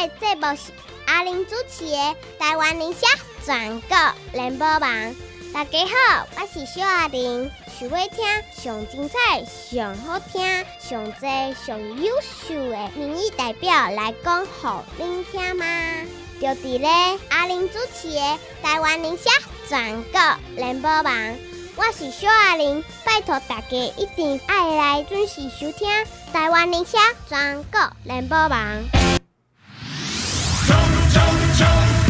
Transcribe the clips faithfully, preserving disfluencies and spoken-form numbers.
的节目是阿玲主持的台湾宁夏全国联播网。大家好，我是小阿玲。想要听上精彩、上好听、上多、上优秀的民意代表来讲给您听吗？就伫咧阿玲主持的台湾宁夏全国联播网。我是小阿玲，拜托大家一定要来准时收听台湾宁夏全国联播网。 冲冲冲！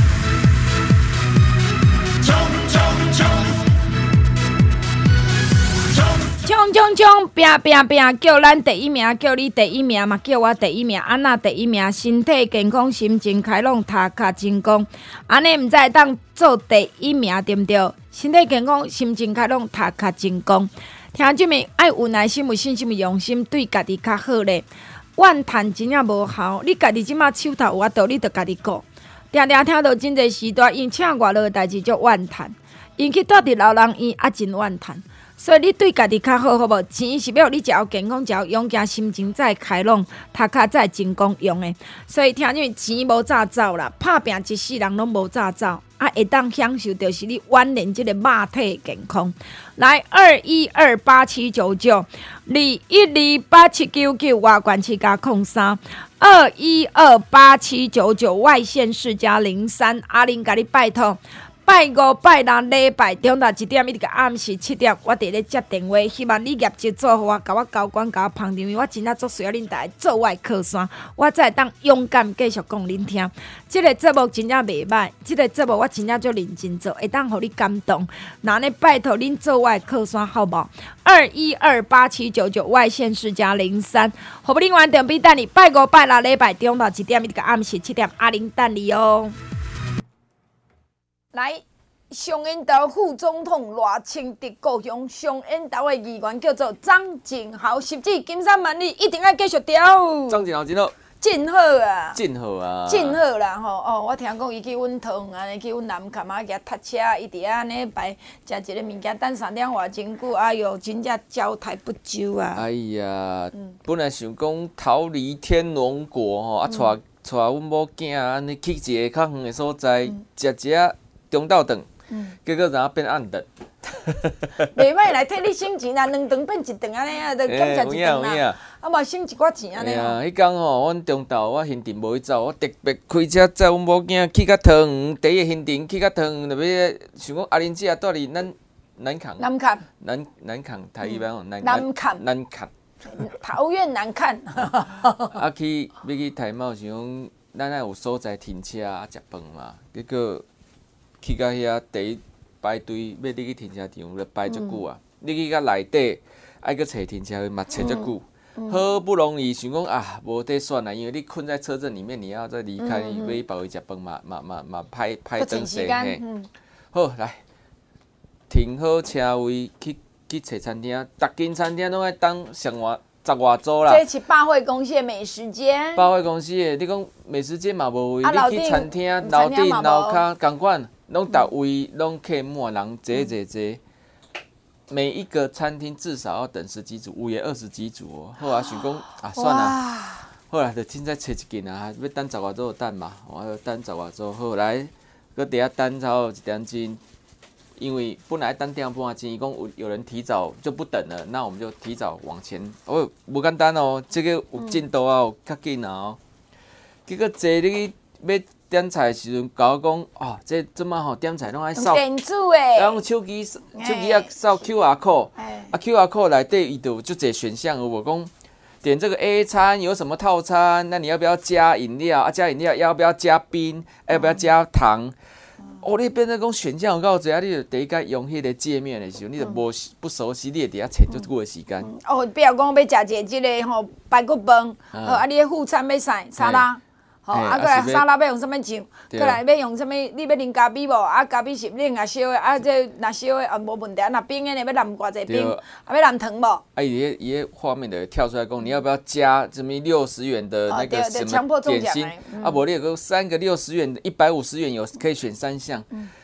冲冲冲！ 冲冲冲！拼拼拼！叫咱第一名，叫你第一名嘛，叫我第一名，安那第一名？身体健康，心情开朗，头壳真光，安尼毋知当做第一名对毋对？身体健康，心情开朗，头壳真光。听这面爱有耐心、有信心、有用心，对家己较好咧。怨叹真正无效，你家己即马手头有法度，你着家己顾。定定听到真侪时代因请外劳的代志，足怨叹。因去住伫老人院，也真怨叹。所以你对家己较好，好无？钱是要你只要健康，只要勇敢，心情才开朗，头壳才真讲用的。所以听见钱无早走啦，拍拼一世人拢无早走，啊，会当享受就是你晚年这个肉体健康。来二一二八七九九，二一二八七九九，外管七加空三，二一二八七九九，外县市加零三，阿玲甲你拜托。拜五、拜六、礼拜中昼一点一直到暗时七点，我伫咧接电话，希望你业绩做好，甲我交关，甲我捧场，因为我真正足需要恁大家做我的靠山，我才会当勇敢继续讲恁听。即、这个节目真正袂歹，即、这个节目我真正足认真做，会当互你感动。那呢，拜托恁做我的靠山，好无？二一二八七九九外线市加零三，好不？另外电比等你拜五、拜六、礼拜中昼一点一直到暗时七点，阿玲等你哦。来，上引导副总统赖清德故乡，上引导的议员叫做张景豪，实质金山万里，一定要继续调。 张景豪真好， 真好啊， 真好啊， 真好啦吼！哦，我听讲伊去阮桃园安尼，去阮南崁啊，举踏车，伊伫遐安尼摆食一个物件，等三点偌真久，哎哟，真正交台不周啊！ 哎呀，嗯、本来想讲逃离天龙国吼，啊，带带阮某囝安尼去一个较远的所在，食一下。中昼顿，嗯、结果然后变暗顿。 袂歹来替你省钱啦，两顿变一顿安尼啊，就减食一顿啦。啊嘛省一寡钱安尼哦。 迄天吼，阮中昼我行程无去走，我特别开车载阮某囝去较桃园，第一个行程去较桃园，就要想讲阿玲姐住伫咱南崁。 南崁。 南南崁台语版吼，南南崁。 南崁。 桃园南崁。 啊去要去台茂，想讲咱爱有所在停车啊食饭嘛，结果。去到遐第一排队，要你去停车场，就排足久啊！嗯、你去到内底，爱去找停车位嘛，找足久。嗯、好不容易想讲啊，无得选啦，因为你困在车阵里面，你要再离开，嗯、要去别位食饭嘛嘛嘛嘛，歹歹等时嘿。嗯、好来，停好车位去去找餐厅，逐间餐厅拢爱等上外十外组啦。 这是百货公司的美食街。 百货公司的，你讲美食街嘛无位，啊、你去餐厅楼顶楼骹共款。拢逐位拢客满，人坐坐坐，每一个餐厅至少要等十几组，有诶二十几组哦。后来想讲啊，算了，后来就凊彩找一间啊，要等十外组等嘛，我要等十外组。后来搁伫遐等差不多一点钟，因为本来等点半钟，伊讲有有人提早就不等了，那我们就提早往前。哦，无简单哦，这个有进度啊，有较紧啊哦。结果坐你要。点菜的时阵，甲我讲哦，这即马吼点菜拢爱扫电子诶， 用手机手机啊扫 Q R code， 啊 Q R code 内底伊就有足侪选项，有无讲点这个 A 餐有什么套餐？那你要不要加饮料啊？加饮料要不要加冰？要不要加糖？哦，你变成讲选项有够侪啊！你就第一个用迄个界面的时候，你就无不熟悉，你会伫遐找足久的时间。 哦，比如讲要食一个即个吼排骨饭，好啊，你的副餐要啥沙拉？吼，啊，过来沙拉要用啥物酱？过来要用啥物？你要啉咖啡无？啊，咖啡是冷啊烧的，啊，这若烧的啊无问题，若冰的呢要淋偌济冰？啊，要淋糖无？ 啊，伊迄伊迄画面就跳出来讲，你要不要加什么六十元的那个什么点心？啊，无你有个三个六十元的，一百五十元有可以选三项。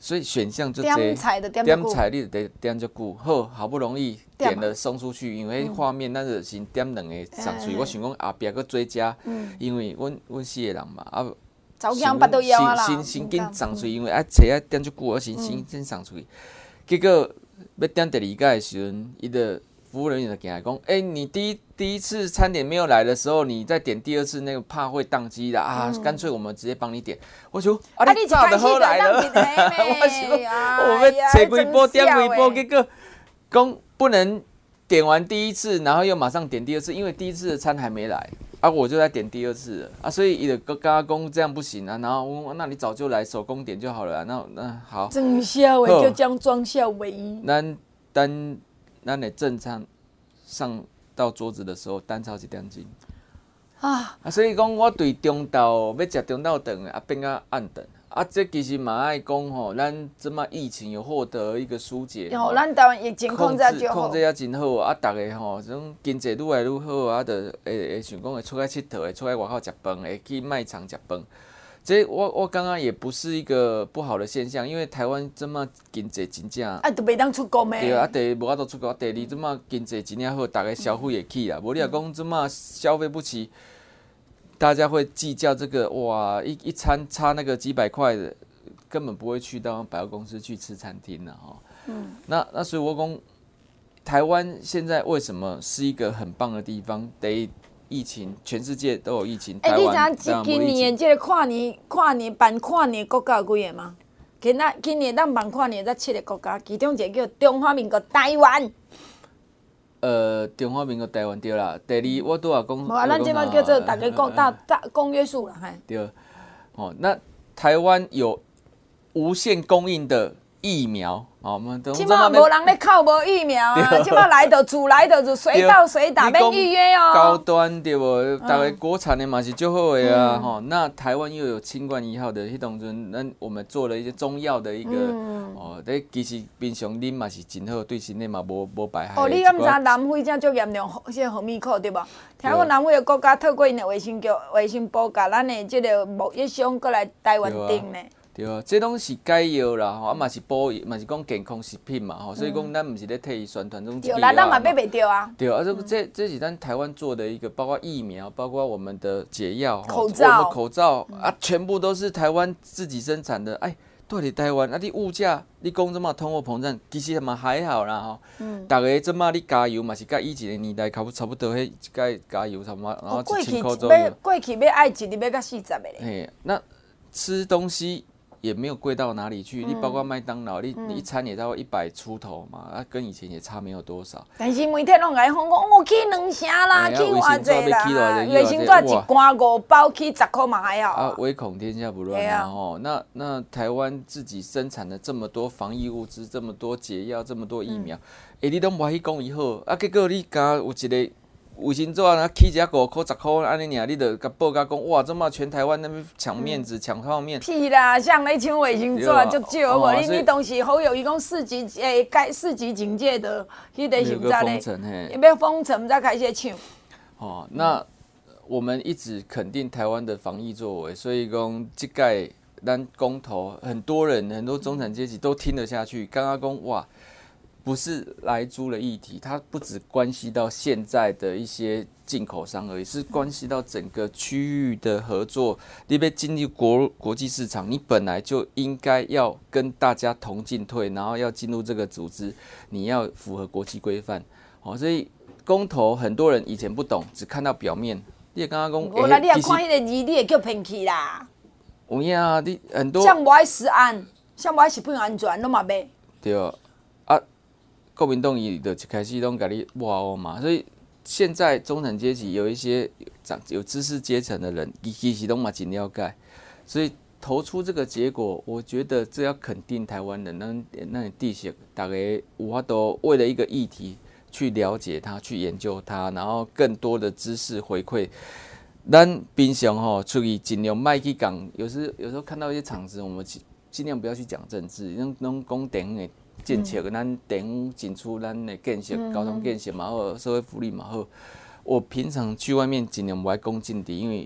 所以选项就点菜的点点菜你得点足久，好好不容易点了送出去，因为画面咱就先点两个上去。我想讲后壁佫追加，因为阮阮四个人嘛，啊， 早间巴都枵啊啦， 先先紧上去，因为啊菜啊点足久，我先先先上去。结果要点第二届的时阵，伊的服务人员就进来讲：“哎、欸，你第一第一次餐点没有来的时候，你再点第二次，那个怕会宕机的啊，干、嗯、脆我们直接帮你点。”我想啊， 啊你早就好来了，我想我们切几波点几波，结果讲不能点完第一次，然后又马上点第二次，因为第一次的餐还没来啊，我就在点第二次了啊，所以伊就跟他讲这样不行啊，然后我那你早就来手工点就好了、啊，那那好。 装修的叫将装修唯一。 咱等咱的正餐上到桌子的时候，单超一点钟啊，啊，所以讲我对中昼要食中昼顿啊，变啊暗顿啊，这其实嘛爱讲吼，咱即马疫情有获得一个疏解， 吼，咱台湾疫情控制就好， 控制也真好啊，大家吼，种经济愈来愈好啊，就会会想讲会出来佚佗，会出来外口食饭，会去卖场食饭。这我我刚刚也不是一个不好的现象，因为台湾这么经济真正啊，都袂当出国咩？ 对啊，第一无法度出国，第二这么经济真正好，大家消费会起啦。无、嗯、你若讲这么消费不起，大家会计较这个哇，一一餐差那个几百块的，根本不会去到百货公司去吃餐厅了哈。嗯，那那所以我讲，台湾现在为什么是一个很棒的地方？得。疫情，全世界都有疫情。 哎、欸，你知影今年的这个跨年、跨年办跨年国家有几个吗？今仔今年咱办跨年才七个国家，其中一个叫中华民国台湾。 呃，中华民国台湾对啦。第二，我拄也讲。 无啊，咱即摆叫做大家讲大大公约数啦，嘿。 对。哦，那台湾有无限供应的疫苗。哦，我们即摆无人咧靠无疫苗啊！即摆来就厝来就随到随打，免预约哦。 高端对无？大概国产的嘛是最好的啊！吼、嗯，那台湾又有清冠一号的迄当阵，那我们做了一些中药的一个、嗯、哦，但其实平常啉嘛是真好，对身体嘛无无败害。 哦，你敢知南非正足严重，即个红米克对无？听讲南非的国家透过因的卫生局、卫生部，甲咱的即个贸易商过来台湾订呢。 对啊，这拢是解药啦，吼，啊嘛是保，嘛是讲健康食品嘛，吼，所以讲咱毋是咧替伊宣传种。 对啦，咱嘛买袂着啊。 对啊，这这这是咱台湾做的一个，包括疫苗，包括我们的解药， 口罩， 我们口罩啊，全部都是台湾自己生产的。哎，到底台湾啊，你物价，你讲怎么通货膨胀，其实嘛还好啦，吼。嗯。大家怎么你加油嘛是甲以前的年代差不差不多，迄甲加油差不多，然后一千块左右。 过去要爱一日要到四十个咧。 嘿，那吃东西。也没有贵到哪里去，嗯、你包括麦当劳，你、嗯、你一餐也到一百出头嘛，啊，跟以前也差没有多少。 但是媒体拢来讲讲，我去两城啦，去偌济啦，卫生纸一罐五包去十块嘛还好。 啊，唯恐天下不乱啊！吼、啊，那那台湾自己生产了这么多防疫物资，这么多解药，这么多疫苗，哎、嗯，你都无去讲伊好，啊，结果你加有一个。卫生纸啊，起一五块十块，安尼尔，你就甲报甲讲，哇，这么全台湾那边抢面子、抢、嗯、泡面。 屁啦，像那抢卫生纸足少无？你你当时好友伊讲四级诶，该四级警戒的，迄个是毋知咧，要封城才开始抢。 哦，那我们一直肯定台湾的防疫作为，所以讲这届咱公投，很多人很多中产阶级都听得下去。刚刚讲哇。不是莱猪的议题，它不只关系到现在的一些进口商而已，是关系到整个区域的合作。你要进入国国际市场，你本来就应该要跟大家同进退，然后要进入这个组织，你要符合国际规范。好，所以公投很多人以前不懂，只看到表面。你也刚刚讲， 我来你也看迄个字，你也叫偏去啦。 有影，你很多像无爱食安，像无爱食品安全，拢嘛买。 对啊。国民党伊就一开始拢甲你挖哦嘛，所以现在中产阶级有一些长有知识阶层的人，其实拢嘛真了解，所以投出这个结果，我觉得这要肯定台湾人，咱咱地势大家有法度为了一个议题去了解它，去研究它，然后更多的知识回馈。咱平常吼出去尽量卖去讲，有时有时候看到一些场子，我们尽量不要去讲政治，拢拢讲电的。建设，咱电影进出，咱的建设、交通建设嘛好，社会福利嘛好。我平常去外面尽量不爱讲政治，因为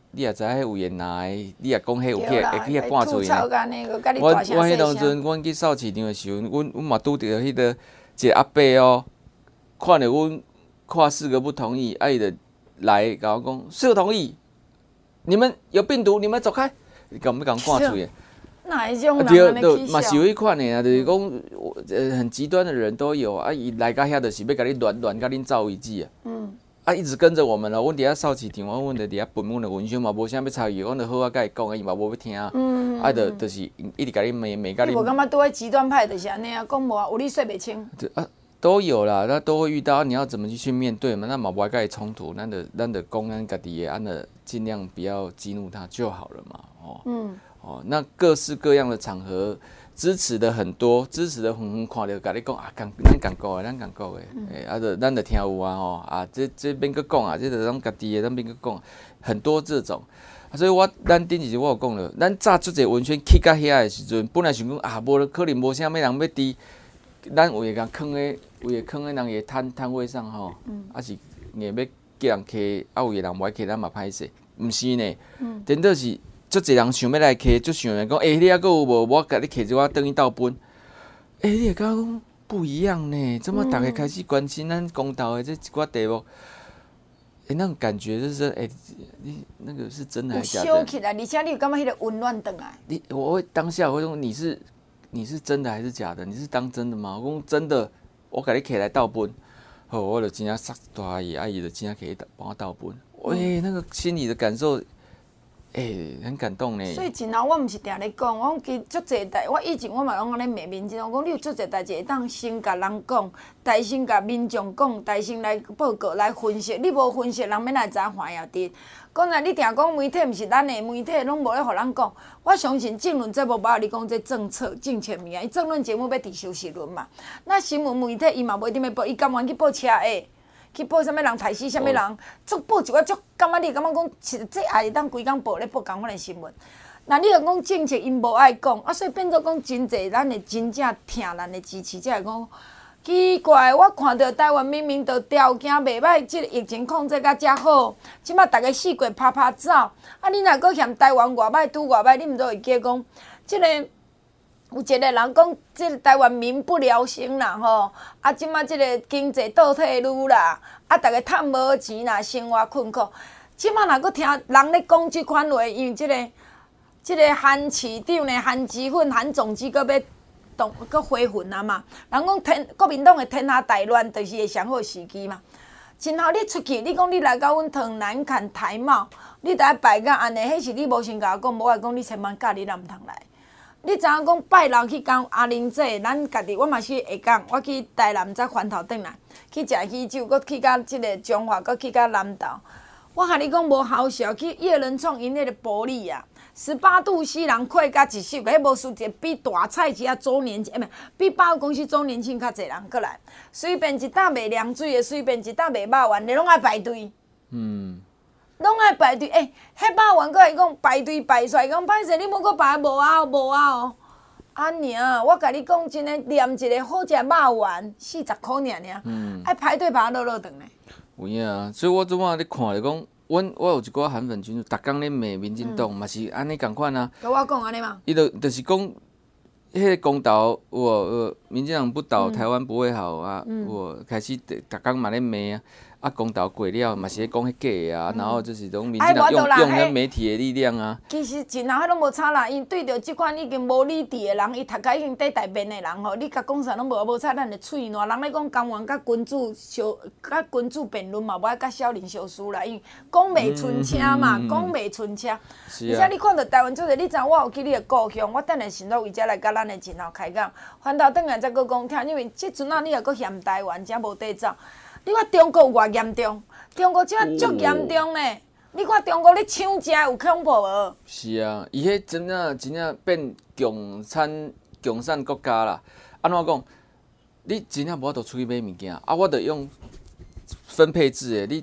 你也知迄有闲拿的，你也讲迄有去会去遐赶出去。 我我我迄当阵，阮去扫市场的时候，阮阮嘛拄着迄个一个阿伯哦，看着阮跨四个不同意，啊伊就来甲我讲四个同意，你们有病毒，你们走开，你敢要甲我赶出去？ 哪一种人安尼起嘛是有迄款的啊，就是讲呃很极端的人都有啊，伊来到遐就是要甲你乱乱甲恁造危机啊。嗯。啊，一直跟着我们了。阮伫遐扫市场，阮伫遐分阮的文章嘛，无啥要插伊，阮就好啊，甲伊讲，伊嘛无要听。嗯。啊，就就是一直甲你骂骂甲你。 你无感觉拄喺极端派就是安尼啊？讲无啊，有你说袂清。 啊，都有啦，那都会遇到，你要怎么去去面对嘛？那嘛无爱甲伊冲突，咱就咱就讲咱家己的，安的尽量不要激怒他就好了嘛。哦。嗯。哦，那各式各样的场合。支持的很多，支持的远远看到，甲你讲啊，讲咱讲过的，咱讲过的，诶、嗯，啊，就咱就听有啊，吼，啊，这这免搁讲啊，这就咱家己的，咱免搁讲，很多这种，所以我咱顶一集我有讲了，咱早做者文宣去到遐的时阵，本来想讲啊，无可能无啥物人要伫，咱有会甲囥咧，有会囥咧人个摊摊位上吼，嗯、啊是硬要叫人客，啊有个人无爱客，咱嘛歹势，毋是呢，嗯、真倒是。足侪人想要来客，就想讲，诶、欸，你还阁有无？我甲你客一我等伊倒本。诶、欸，你会感觉讲不一样呢？怎么大家开始关心咱公道的这一寡题目？诶、欸，那种感觉就是，诶、欸，你那个是真的还是假的？ 有烧起来，而且你有感觉迄个温暖转来。 你我会当下会说你是你是真的还是假的？你是当真的吗？我讲真的，我甲你客来倒本，好，我就真正杀大阿姨，阿姨就真正可以帮我倒本。喂、欸，那个心里的感受。诶、欸，很感动呢。 所以前后我毋是定咧讲，我其实足侪代，我以前我嘛拢安尼骂民众，我讲你有足侪代志会当先甲人讲，大声甲民众讲，大声来报告来分析，你无分析，人免来知影花也滴。讲来你定讲媒体毋是咱的媒体，拢无咧互咱讲。我相信政论节目无你讲这政策政策物啊，伊政论节目要伫收视率嘛。那新闻媒体伊嘛无一定要报，伊甘愿去报车下。去报啥物人杀死啥物人，足报一寡足感觉你感觉讲，其实这也是当规工报咧报共款的新闻。那你若讲政策因无爱讲，啊，所以变做讲真侪咱的真正听咱的支持者会讲奇怪，我看到台湾明明都条件袂歹，即、這個疫情控制甲遮好，即马逐个四界拍拍走，啊，你若搁嫌台湾偌歹拄偌歹，你毋都会记讲，即、這個。有一个人讲，即个台湾民不聊生啦吼，啊，即马即个经济倒退路啦，啊，逐个趁无钱啦，生活困苦。即马若搁听人咧讲即款话，因为即、這个即、這个韩市长呢，韩基粉、韩总机搁要动，搁回魂啊嘛。人讲天国民党的天下大乱，就是会上好时机嘛。然后你出去，你讲你来到阮塘南看台茂，你伫遐摆甲安尼，迄是你无先甲我讲，无爱讲你千万假日咱毋通来。你知影讲拜六去讲阿玲姐，咱家己我嘛是下港，我去台南再翻头转来，去食喜酒，搁去到即个中华，搁去到南投。我甲你讲无好笑，去叶人创因迄个玻璃啊，十八度 C 人开甲一宿，迄无输一个比大菜市啊周年庆，哎，比百货公司周年庆较侪人过来，随便一搭卖凉水的，随便一搭卖肉丸的，拢爱排队。嗯。拢爱排队，诶、欸，迄百万个伊讲排队排出来，讲歹势，你要搁排无啊无啊哦。啊娘，我甲你讲真诶，念一个好食肉丸四十箍尔尔，嗯，爱排队排落落长咧。 有影啊，所以我昨晚咧看咧讲，阮我有一寡韩粉群，逐工咧骂民进党，嘛、嗯、是安尼共款啊。 甲我讲安尼嘛。 伊就就是讲，迄个公投，我呃，民进党不倒，台湾不会好啊。嗯、我开始逐工嘛咧骂啊。啊，公投过了，嘛是咧讲迄假啊，嗯、然后就是种民进党用用迄媒体的力量啊。 其实真后迄拢无差啦，因对着即款已经无理智的人，伊读甲已经底大便的人吼，你甲讲啥拢无无差，咱的喙烂。人咧讲甘愿甲君主相，甲君主辩论嘛，无爱甲少年相输啦，因为讲袂顺车嘛，讲袂顺车。是啊。而且你看到台湾做者，你知影我有去你的故乡，我等下承诺为遮来甲咱的真后开讲，翻头转来再搁讲听，因为即阵啊，你若搁嫌台湾遮无地走。你看中国有偌严重？中国即摆足严重呢！你看中国咧抢食有恐怖无？ 是啊，伊迄真正真正变共产共产国家啦。安怎讲？你真正无法度出去买物件，啊，我着用分配制诶。你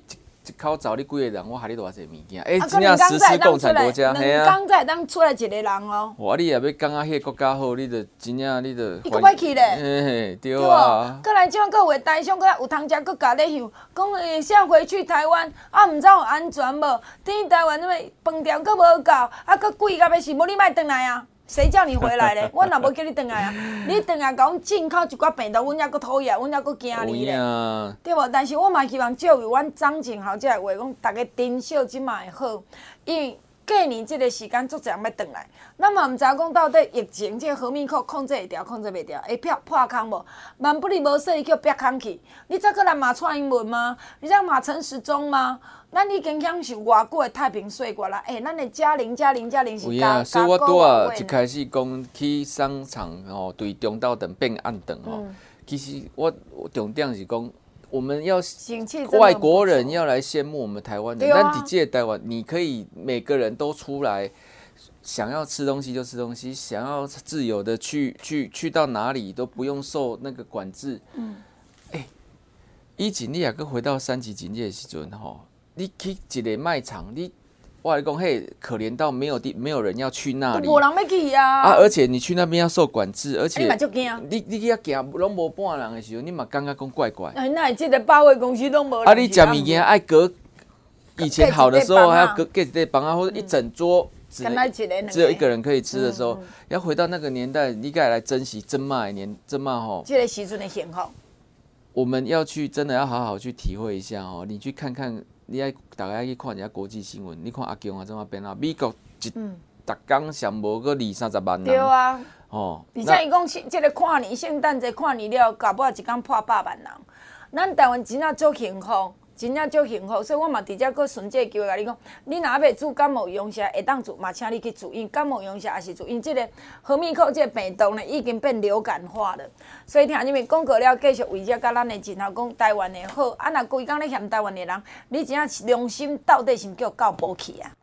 一口罩你几个人，我害你偌济物件。哎、欸， 啊， 真正实施共产国家， 嘿啊，两工才当出来一个人哦。 哇，你也要讲啊，迄个国家好，你着真正你着。 伊搁要去咧。 嘿嘿，对啊。 过来，即摆搁有台商搁有通食，搁家咧想，讲诶，啥回去台湾啊？毋知有安全无？等于台湾那个饭店搁无够，啊，搁贵到要死，无你莫转来啊！谁叫你回来咧？我若无叫你转来啊！你转来甲阮进口一寡病毒，阮还搁讨厌，阮还搁惊你咧，对无？但是我嘛希望借由阮张静豪这个话，讲大家珍惜即卖好，因为过年即个时间，足侪人要转来，咱嘛毋知讲到底疫情这个何面可控制会掉，控制袂掉，会破破空无？万不离无说伊叫逼空去，你再过来骂蔡英文吗？你再骂陈时中吗？咱已经享受偌久的太平岁月啦，诶、欸，咱的嘉玲、嘉玲、嘉玲是加加所以我拄啊一开始讲去商场吼，对中道等变暗等吼，嗯、其实我重点是讲，我们要外国人要来羡慕我们台湾人，但伫这台湾，你可以每个人都出来，想要吃东西就吃东西，想要自由的去去去到哪里都不用受那个管制。嗯，诶、欸，以前你也搁回到三级警戒的时阵吼。你去一个卖场，你我来讲，嘿，可怜到没有地，没有人要去那里， 无人要去啊！ 啊，而且你去那边要受管制，而且你嘛足惊， 你你去遐行，拢无半人的时候，你嘛感觉讲怪怪。 哎，那这个百货公司拢无人。 啊，你食物件爱隔，以前好的时候还要隔隔一块房啊，或者一整桌只只有一个人可以吃的时候，要回到那个年代，你该来珍惜珍骂的年珍骂吼。 这个时阵的幸福。 我们要去，真的要好好去体会一下哦。你去看看。你爱大家去看一下国际新闻，你看阿强啊怎么变啊？美国一逐工上无个二三十万人。 对啊。 哦。 而且伊讲，即个跨年圣诞节跨年了，搞不好一工破百万人。咱台湾真正足幸福，真正足幸福，所以我嘛直接搁顺这个机会甲你讲，你若要煮感冒用下，会当煮嘛，请你去煮，因为感冒用下也是煮，因即个何米克这个病毒呢已经变流感化了，所以听你们讲过了，继续为这甲咱的前头讲台湾的好，啊若规工咧嫌台湾的人，你真正良心到底是叫够无去啊？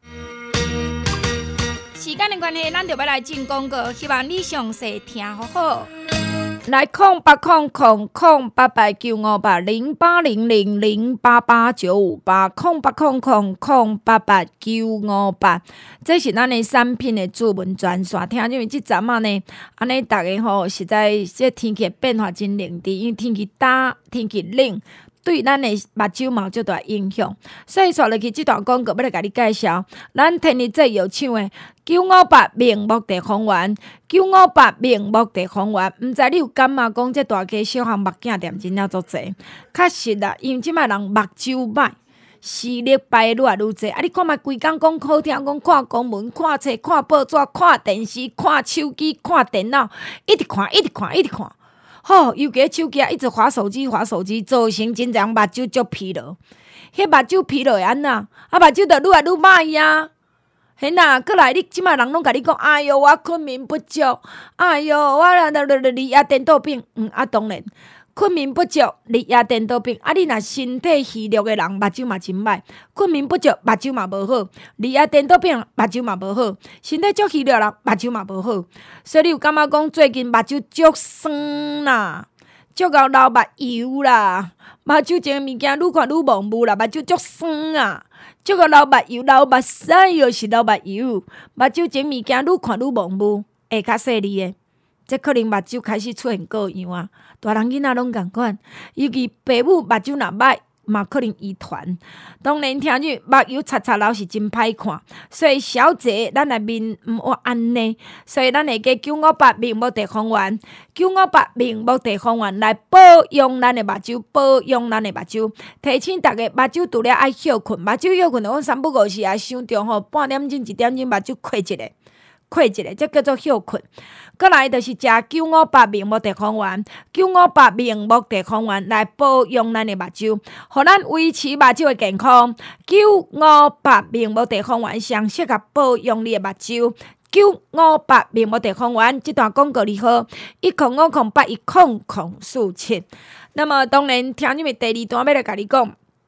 时间的关系，咱就要来进广告，希望你详细听好好。来空八空空空八八九五八零八零零零八八九五八空八空空空八八九五八，这是咱的产品的主文专线。听因为即阵啊呢，安尼大家吼实在这天气变化真灵佇，因为天气大，天气冷。对咱的目睭嘛有足大影响，所以刷落去这段广告要来甲你介绍，咱天日最有抢的九五八明目地黄丸，九五八明目地黄丸，毋知你有感觉讲这大家小项目镜店真了足济，确实啦，因为即摆人目睭歹，视力败愈来愈侪，啊！你看嘛，规工讲好听，讲看公文、看册、看报纸、看电视、看手机、看电脑，一直看，一直看，一直看。吼，尤其手机啊，一直滑手机，滑手机，造成真侪目睭足疲劳。迄目睭疲劳会安那？啊，目睭就愈来愈歹啊！嘿呐，过来，你即摆人拢甲你讲，哎哟，我困眠不足，哎哟，我啦啦啦哩压颠倒病，嗯啊，当然。困眠不足，日夜颠倒病。啊，你若身体虚弱的人，目睭嘛真歹。困眠不足，目睭嘛无好。日夜颠倒病，目睭嘛无好。身体足虚弱人，目睭嘛无好。所以你有感觉讲最近目睭足酸啦，足够流目油啦，目睭前物件愈看愈模糊啦，目睭足酸啊，足够流目油，流目屎又是流目油，目睭前物件愈看愈模糊，会较细腻的。这可能目睭开始出现各样啊，大人囡仔拢共款，尤其爸母目睭若歹，嘛可能遗传。当然，听入目油擦擦老是真歹看，所以小姐咱的面毋好安尼，所以咱会加九五八明目地黄丸，九五八明目地黄丸来保养咱的目睭，保养咱的目睭，提醒大家目睭除了爱休困，目睭休困，阮三不五时也想着吼，半点钟一点钟目睭开一下。开一个，这叫做休困。过来就是食九五八明目地黄丸，九五八明目地黄丸来保养咱的目睭，互咱维持目睭的健康。九五八明目地黄丸上适合保养你的目睭。九五八明目地黄丸，这段广告你好，一空五空八一空空四七。那么当然，听你们第二段要来甲你讲。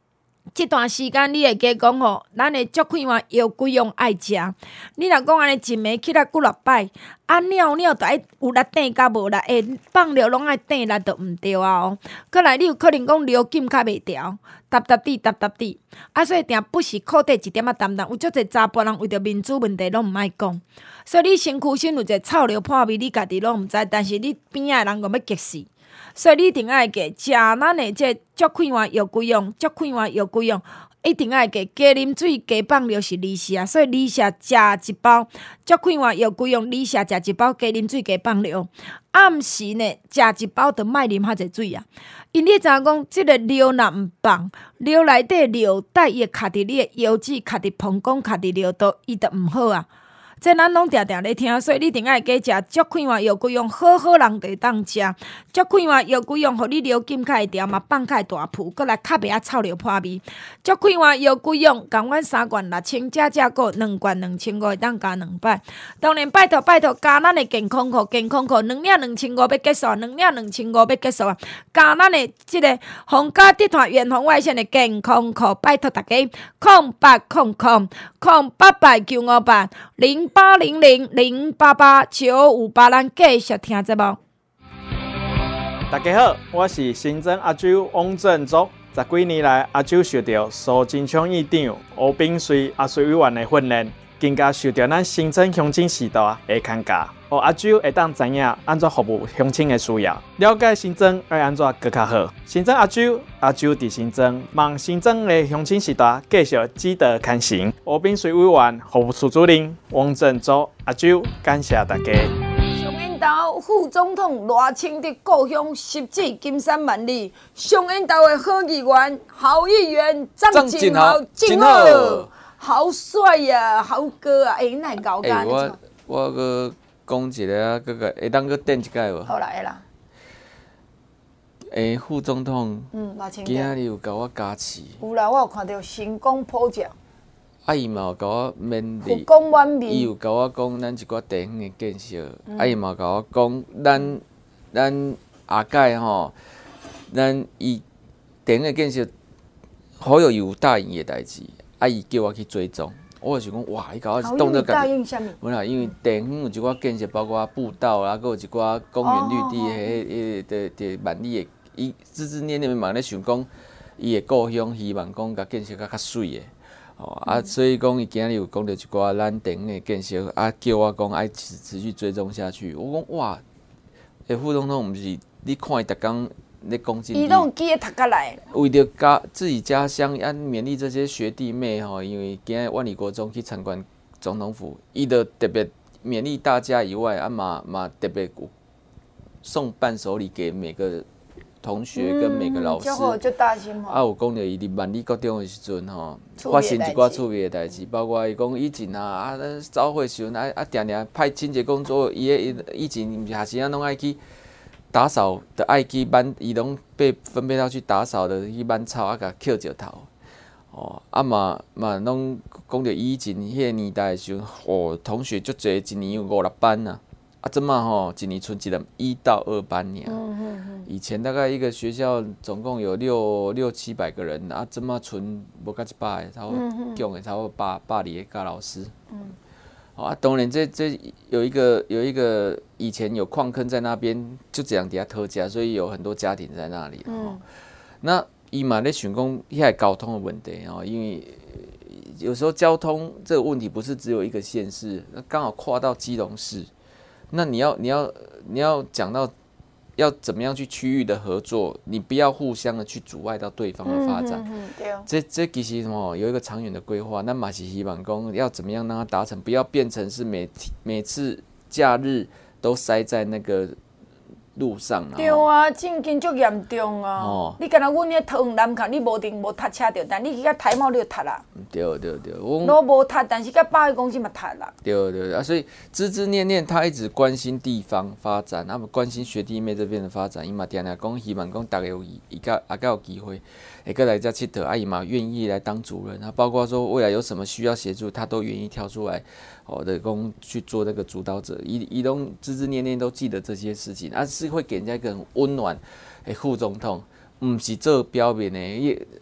这段时间你会加讲吼，咱的足快活药规用爱食。你若讲安尼一暝起来几落摆，啊尿尿就爱有力顶甲无力，会放尿拢爱顶力就毋对啊哦。过来你有可能讲尿紧较袂调，嗒嗒滴嗒嗒滴，啊所以定不时裤底一点仔淡淡。有足侪查甫人为着面子问题拢毋爱讲，所以你身躯身有一个臭尿破味，你家己拢毋知，但是你边仔的人讲要激死。所以你一定爱加食咱的这足快活药规用，足快活药规用，一定爱加加啉水，加放尿是利痔啊。所以利痔食一包足快活药规用，利痔食一包，加啉水，加放尿。暗时呢，食一包就莫啉遐侪水啊。因你知影讲，即个尿若毋放，尿内底尿带伊会卡伫你的腰子，卡伫膀胱，卡伫尿道，伊就毋好啊。这咱拢定定咧听，所以你一定爱加食足快活药规用，好好人就会当食。足快活药规用，互你尿紧较会调嘛，放较会大铺，搁来较袂啊臭尿破味。足快活药规用，共阮三罐六千，加价购两罐两千五，会当加两摆。当然拜托拜托，加咱的健康裤，健康裤两领两千五要结束，两领两千五要结束啊！加咱的即个皇家集团远红外线的健康裤，拜托大家，空八空空空八八九五八零。八零零零八八九五八，咱继续听节目。 大家好，我是新增阿周王振竹。十几年来，阿周受到苏贞昌院长、吴秉叡阿水委员的训练，更加受到咱新增乡亲时代的看教，互阿周会当知影安怎服务乡亲的需要，了解新增要安怎更较好。新增阿周，阿周伫新增，望新增的乡亲时代继续积德看行。吴秉叡委员、服务处主任王振竹，阿周感谢大家。 上演投副总统赖清德故乡十指金山万里，上演投的好议员、好议员张景豪，真好，好帅呀、啊，好哥啊！哎、欸，那高干。 哎，我我个讲一个啊，个个会当个点一解无？ 好来啦。 诶，副总统， 嗯，赖清德， 今仔日有甲我加持。 有啦，我有看到成功普照。 啊，伊嘛有甲我勉励， 有讲满面。 伊有甲我讲咱一寡地方的建设，嗯、啊，伊嘛甲我讲，咱咱下届吼，咱伊地方的建设好有有答应的代志，啊，伊叫我去追踪。我就想讲，哇！伊甲我动作答应啥物？ 无啦，因为地方有一寡建设，包括步道啦，佮有一寡公园绿地，迄、迄、迄、伫万里的，伊枝枝念念嘛咧想讲，伊的故乡希望讲甲建设较较水的，哦啊，所以讲伊今日有讲到一寡咱地方的建设，啊，叫我讲爱持持续追踪下去。我讲哇，诶，副总统毋是你看伊逐工。咧讲真， 伊拢记咧读过来。 为着家自己家乡，啊，勉励这些学弟妹吼，因为今日万里国中去参观总统府，伊就特别勉励大家以外，啊嘛嘛特别送伴手礼给每个同学跟每个老师。 嗯，就大心吼。 啊，有讲到伊伫万里国中的时阵吼，发生一寡趣味的代志，包括伊讲以前啊啊，早会时阵啊啊，定定派清洁工作，伊个以前毋是学生啊，拢爱去。打扫的爱去班，伊拢被分配到去打扫的去班草啊，甲捡石头。哦，啊嘛嘛拢讲到以前迄个年代的时候，哦，同学足侪，一年有五六班啊。啊，即嘛吼，一年剩一个一到二班尔。嗯嗯嗯。以前大概一个学校总共有六六七百个人，啊，即嘛剩无到一百个，差不多强的差不多百百二个教老师。嗯。啊，当然这这有一个有一个以前有矿坑在那边，就这样底下特价，所以有很多家庭在那里。嗯，那伊嘛咧想讲遐交通的问题哦，因为有时候交通这个问题不是只有一个县市，那刚好跨到基隆市，那你要你要你要讲到要怎么样去区域的合作，你不要互相的去阻碍到对方的发展。嗯嗯嗯对哦、这这其实哦有一个长远的规划，那嘛是希望讲要怎么样让它达成，不要变成是每每次假日都塞在那个路上。 对啊，最近足严重啊！哦、你敢若阮迄桃园南崁，你无停无塞车着，但你去到台茂你就塞啦。 对对对，我都无塞，但是到百货公司嘛塞啦。 对对啊，所以枝枝念念他一直关心地方发展，他们关心学弟妹这边的发展，伊嘛定定讲希望讲大家有伊个啊个有机会，会过来遮佚佗，啊伊嘛愿意来当主任，啊包括说未来有什么需要协助，他都愿意跳出来。哦，的讲去做那个主导者，伊伊拢枝枝念念都记得这些事情，啊是会给人家一个很温暖的副总统，唔是做表面的，啊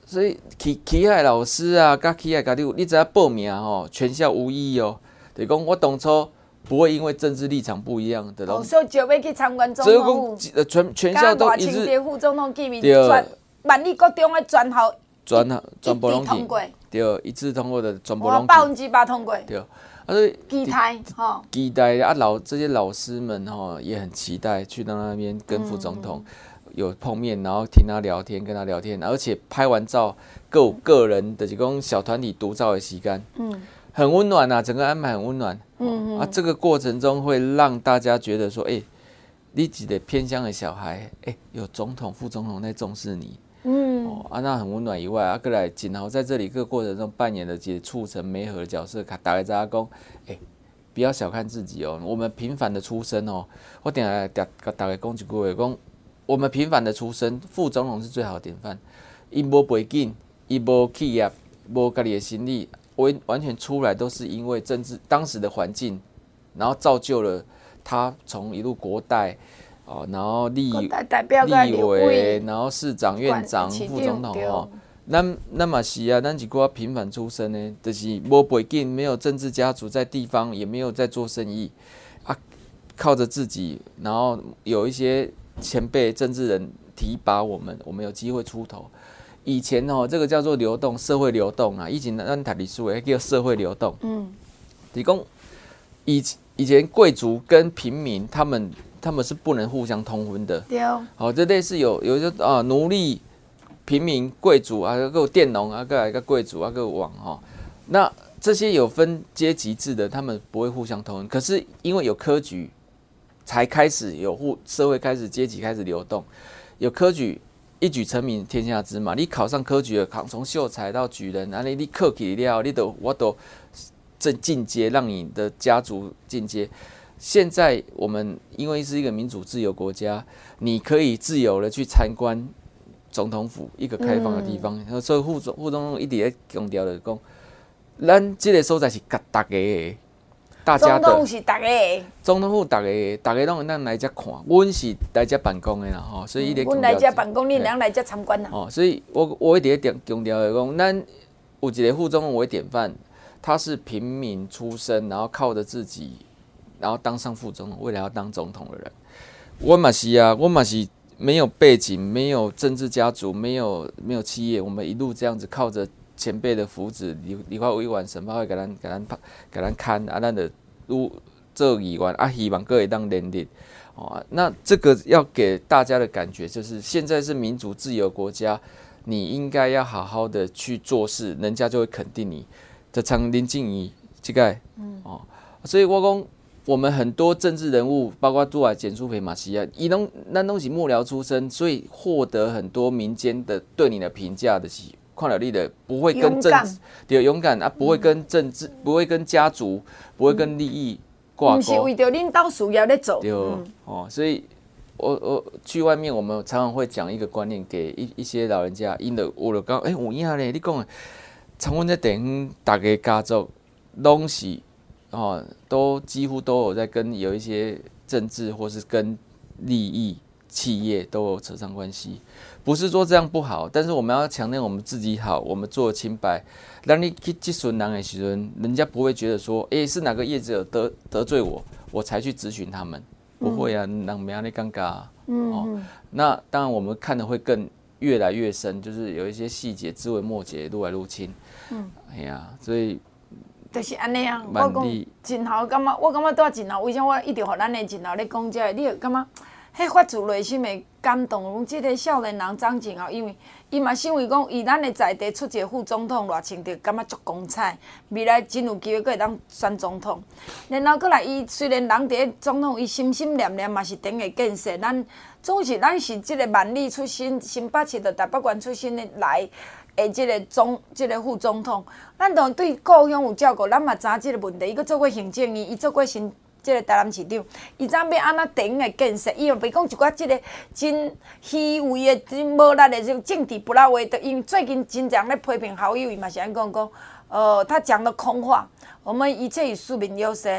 所以起起海老师啊，甲起海家长，你知影报名吼，全校无异哦。就是讲我当初不会因为政治立场不一样的， 哦，所以就要去参观总统府， 呃，全全校都一致。 大副总统见面，全万里国中的全校全全部拢通过， 对，一致通过的全部拢百分之百通过， 对。啊，所以期待吼， 期待啊，老这些老师们吼也很期待去到那边跟副总统有碰面，然后听他聊天，跟他聊天，而且拍完照各有个人的这种小团体独照的时间，嗯，很温暖啊，整个安排很温暖，嗯啊，这个过程中会让大家觉得说，哎、欸，你一个偏乡的小孩，哎、欸，有总统、副总统在重视你。嗯，哦啊，那很温暖以外，啊，过来锦豪在这里各个过程中扮演的解促成媒合的角色，打个杂工，哎，不要小看自己哦，我们平凡的出身哦，我等下打大家讲一句话，讲我们平凡的出身，副总统是最好的典范，伊无背景，伊无企业，无家己的心力，完完全出来都是因为政治当时的环境，然后造就了他从一路国代。哦，然后立立委，然后市长、院长、副总统哦，咱咱嘛是啊，咱一个平凡出身的，就是无背景，没有政治家族，在地方也没有在做生意啊，靠着自己，然后有一些前辈政治人提拔我们，我们有机会出头。以前哦，这个叫做流动，社会流动啊，以前咱读历史诶叫社会流动。嗯，你讲以以前贵族跟平民他们。他们是不能互相通婚的。对。好，这类似有有一些啊奴隶、平民、贵族啊，还有佃农啊，各来个贵族啊，各王哈。那这些有分阶级制的，他们不会互相通婚。可是因为有科举，才开始有互社会开始阶级开始流动。有科举一举成名天下知嘛。你考上科举了，考从秀才到举人，然后你考起了，你都我都正进阶，让你的家族进阶。现在我们因为是一个民主自由国家，你可以自由的去参观总统府，一个开放的地方。嗯、所以副总副总统一直在强调的讲，咱这个所在是甲大家的，大家的。 总统是大家的。 总统府大家的，大家拢咱来这看，阮是来这办公的啦吼，所以一直强调。 阮来这办公，你人来这参观啦。 哦，所以我我一直在强调的讲，咱有一个副总统为典范，他是平民出身，然后靠着自己。然后当上副总统，未来要当总统的人，我嘛是啊，我嘛是没有背景，没有政治家族，没有没有企业，我们一路这样子靠着前辈的福祉，立立法委员、审判会给咱给咱给咱看啊，咱的如做议员啊，希望各位当连任哦。那这个要给大家的感觉就是，现在是民主自由国家，你应该要好好的去做事，人家就会肯定你。就像林静怡这个，嗯哦，所以我讲。我们很多政治人物，包括杜海、简书培、马西亚，伊拢咱拢是幕僚出身，所以获得很多民间的对你的评价的是看了你的不会跟政治对勇敢啊，不会跟政治，不会跟家族，不会跟利益挂钩，不是为着恁兜事业在做。 对、嗯、哦，所以我我去外面，我们常常会讲一个观念给一一些老人家，因的我就讲，哎、欸，有影咧，你讲的，像阮在地方，大家家族拢是。哦，都几乎都有在跟有一些政治或是跟利益企业都有扯上关系，不是说这样不好，但是我们要强调我们自己好，我们做清白，让你去质询人的时候，人家不会觉得说，哎、欸，是哪个业者得得罪我，我才去质询他们，不会啊，人没安尼尴尬、啊，嗯、哦，那当然我们看的会更越来越深，就是有一些细节枝微末节入来入侵，嗯，哎呀，所以。 就是安尼啊！我讲真好，感觉我感觉在真好。为什么我一直和咱的真好咧讲这个？你会感觉迄发自内心的感动。讲这个少年人长真好，因为伊嘛想为讲，以咱的在地出一个副总统，热情就感觉足光彩。未来真有机会佫会当选总统。然后佫来，伊虽然人伫总统，伊心心念念嘛是顶个建设。咱总是咱是即个万里出身，新北市的台北县出身的来。诶，即个总，即个副总统，咱当对故乡有照顾，咱嘛知即个问题。伊佫做过行政院，伊做过新即个台南市长，伊知要安怎顶个建设。伊又别讲一寡即个真虚伪的、真无力的、种政治不拉话。因为最近真常咧批评侯友宜嘛是安讲讲，呃，他讲的空话。我们一切以庶民优先。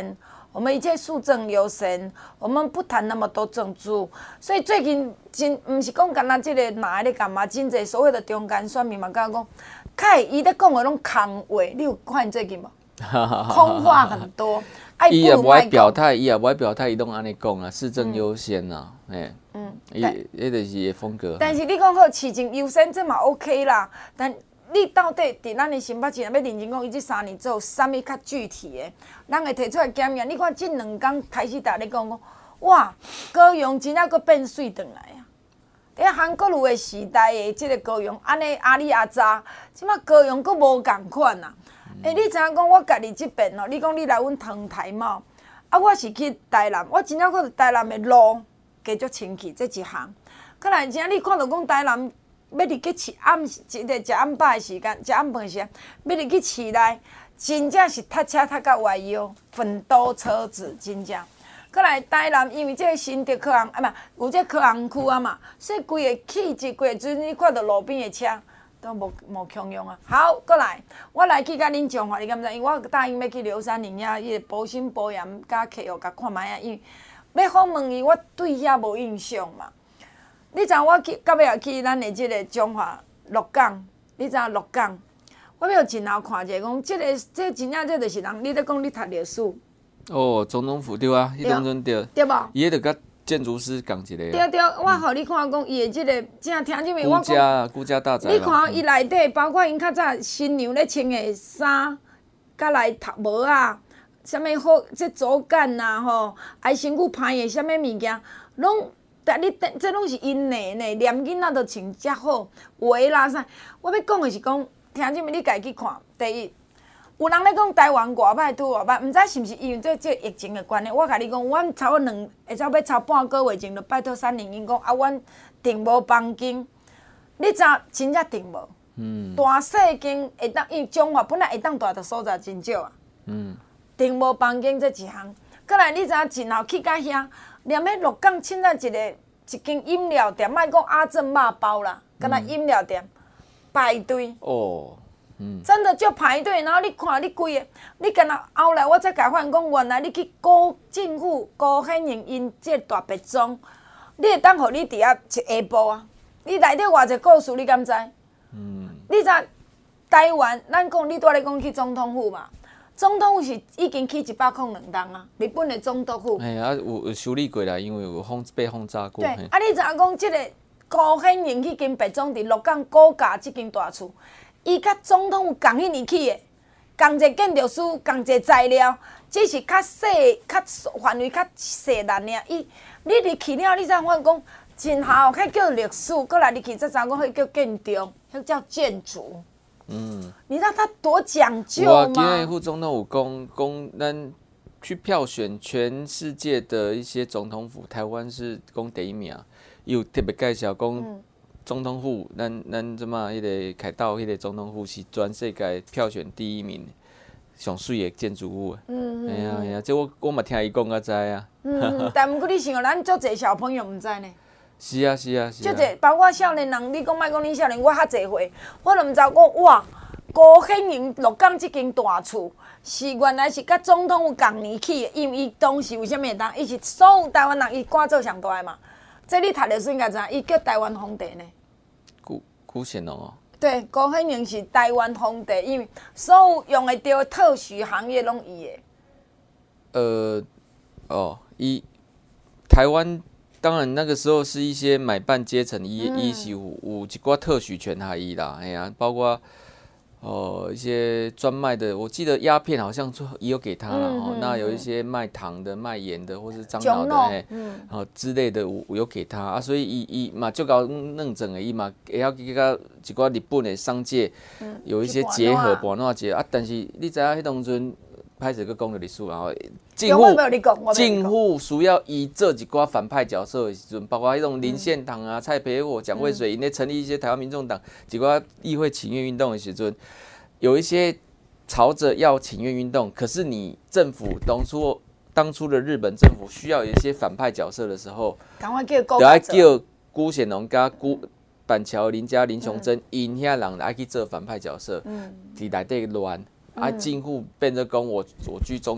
我们一切肃正优先，我们不谈那么多政治。所以最近真毋是讲干那即个哪咧干嘛，真侪所谓的中间选民嘛，甲我讲，凯伊咧讲的拢空话，你有看见最近无？空话很多。 伊也不爱表态，伊也不爱表态，伊拢安尼讲啊，市政优先呐，嘿，嗯，伊迄就是伊的风格。 但是你讲好市政优先，这嘛 OK 啦，但。你到底伫咱的新北市，要认真讲，伊这三年做啥物较具体的，咱会提出来检验。你看这两天开始，大家讲讲，哇，高雄真正阁变水转来啊！伫韩国瑜的时代的这个高雄，安尼阿里阿扎，即摆高雄阁无共款啊！诶、欸，你知影讲我家己这边哦？你讲你来阮塘台嘛？啊，我是去台南，我真正看到台南的路加足清气，这一项。可能真你看到讲台南。要入去市暗，一个食暗饱的时间，食暗饭的时间，要入去市内，真正是塞车塞到歪腰，很多车子真正。过来台南，因为这个新竹科行啊嘛，有这科行区啊嘛，所以规个气质、规个阵，你看到路边的车都无无共用啊。好，过来，我来去甲恁彰化，你敢知？因为我答应要去刘山林遐，伊个保心保养甲客户甲看卖啊，因为要访问伊，我对遐无印象嘛。你知影我去到尾去咱的即个彰化鹿港，你知影鹿港？我要真后看者，讲即、这个这真正这就是人，你咧讲你读历史。 哦，总统府对啊，迄当阵对。 对无？ 伊迄著甲建筑师共一个。 对对，我互你看讲伊的即、这个，正听即面我讲。顾家顾家大宅。 你看伊内底，包括因较早新娘咧穿的衫，甲来头帽啊，啥物好即竹竿呐吼，还身躯歹的啥物物件，拢。但你这拢是因的呢，连囡仔都穿遮好，话啦啥？我要讲的是讲，听即面你家己看。第一，有人咧讲台湾外歹拄外歹，毋知是毋是因为这这疫情的关系。我甲你讲，阮差不多两，会差要超半个月前就拜托三零因讲啊，阮订无房间。你知真正订无？嗯。大细间会当，因为彰化本来会当大的所在真少啊。嗯。订无房间这一项，过来你知影真后去到遐。连迄鹿港凊彩一个一间饮料店，莫讲阿正肉包啦，敢若饮料店排队。哦，嗯，真的就排队，然后你看你规个，你敢若后来我才甲发现讲，原来你去高政府高显营因这大别庄，你会当互你伫遐一下晡啊，你内底偌济故事，你敢知？嗯，你知台湾，咱讲你拄咧讲去总统府嘛？总统府是已经起一百空两栋啊，日本的总统府。哎啊，有有修理过啦，因为有轰被轰炸过。 对，啊，你知影讲即个高显营迄间别庄伫鹿港高架即间大厝，伊甲总统府共迄年起的，共一个建筑师，共一个材料，只是较细、较范围较细难尔。伊你入去了，你才发现讲真好，迄叫历史，过来入去才知影讲迄叫建筑，迄叫建筑。嗯，你知道他多讲究吗？ 我今日副总统有讲讲，咱去票选全世界的一些总统府，台湾是讲第一名。有特别介绍讲，嗯、总统府，咱咱怎么迄个凯道迄个总统府是全世界票选第一名，上水的建筑物。嗯嗯。哎呀哎呀，这我我嘛听伊讲才知啊。 嗯，但毋过你想想，咱足侪小朋友毋知呢。 是啊是啊是啊， 就这包括少年人，你讲莫讲恁少年，我较侪岁，我都毋知讲哇，高显营鹿港即间大厝是原来是甲总统府共年起的，因为伊当时为虾米会当，伊是所有台湾人伊赶做上大的嘛。这你读历史应该知，伊叫台湾皇帝呢。 古古显龙哦。 对，高显营是台湾皇帝，因为所有用得到特许行业拢伊的。 呃，哦，伊台湾。当然，那个时候是一些买办阶层，伊伊是有有一寡特许权还伊啦，哎呀，包括呃一些专卖的，我记得鸦片好像也有给他了哦。嗯、那有一些卖糖的、卖盐的，或是樟脑的，哎，嗯，哦之类的，有有给他啊，所以伊伊嘛就搞弄整的，伊嘛会晓去甲一寡日本的商界有一些结合，盘怎结啊？但是你知影迄当阵。歹势，佮讲着历史，然后政府政府需要以这一寡反派角色的时阵，包括迄种林献堂啊、蔡培火、蒋渭水，因咧成立一些台湾民众党，一寡议会请愿运动的时阵，有一些朝着要请愿运动，可是你政府当初当初的日本政府需要有一些反派角色的时候， 赶快叫就要叫辜显荣甲辜板桥林家林雄珍，因遐人来去做反派角色，伫内底乱。啊，政府变做讲我我居中，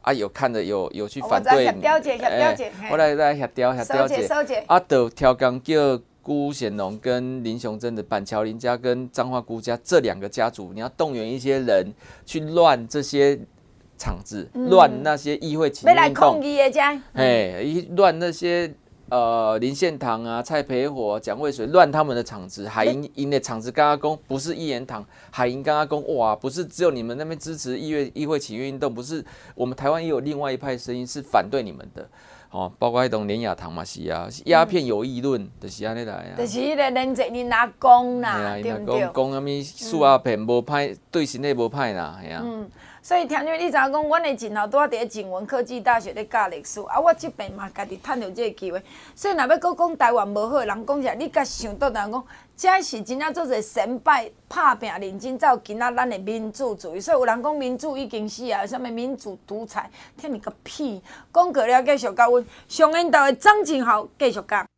啊，有看的有有去反对， 协调者，协调者， 我来来协调协调者， 收者， 啊，就调工叫辜显龙跟林雄珍的板桥林家跟彰化辜家这两个家族，你要动员一些人去乱这些场子，乱、嗯、那些议会起义运动，要来抗议的家， 哎，乱那些。呃，林献堂啊，蔡培火、蒋渭水乱他们的场子，海营营的场子，刚刚讲不是一言堂，海营刚刚讲哇，不是只有你们那边支持议会议会起义运动，不是我们台湾也有另外一派声音是反对你们的，哦，包括迄栋连雅堂嘛是啊，鸦片有议论，就是安尼来啊， 就是迄个连泽林阿公啦，对不对？ 讲讲什么树鸦片无歹，对身体无歹啦，系啊。 嗯所以，听你你知影讲，阮的前头拄啊伫咧景文科技大学咧教历史，啊，我即边嘛家己趁着这个机会。所以，若要讲台湾无好，人讲起来，你甲想到人讲，这是真正做者神败拍拼认真走今仔咱的民主主义。所以有人讲民主已经死啊，什么民主独裁，听你个屁！讲过了，继续甲阮上引导的张静豪继续讲。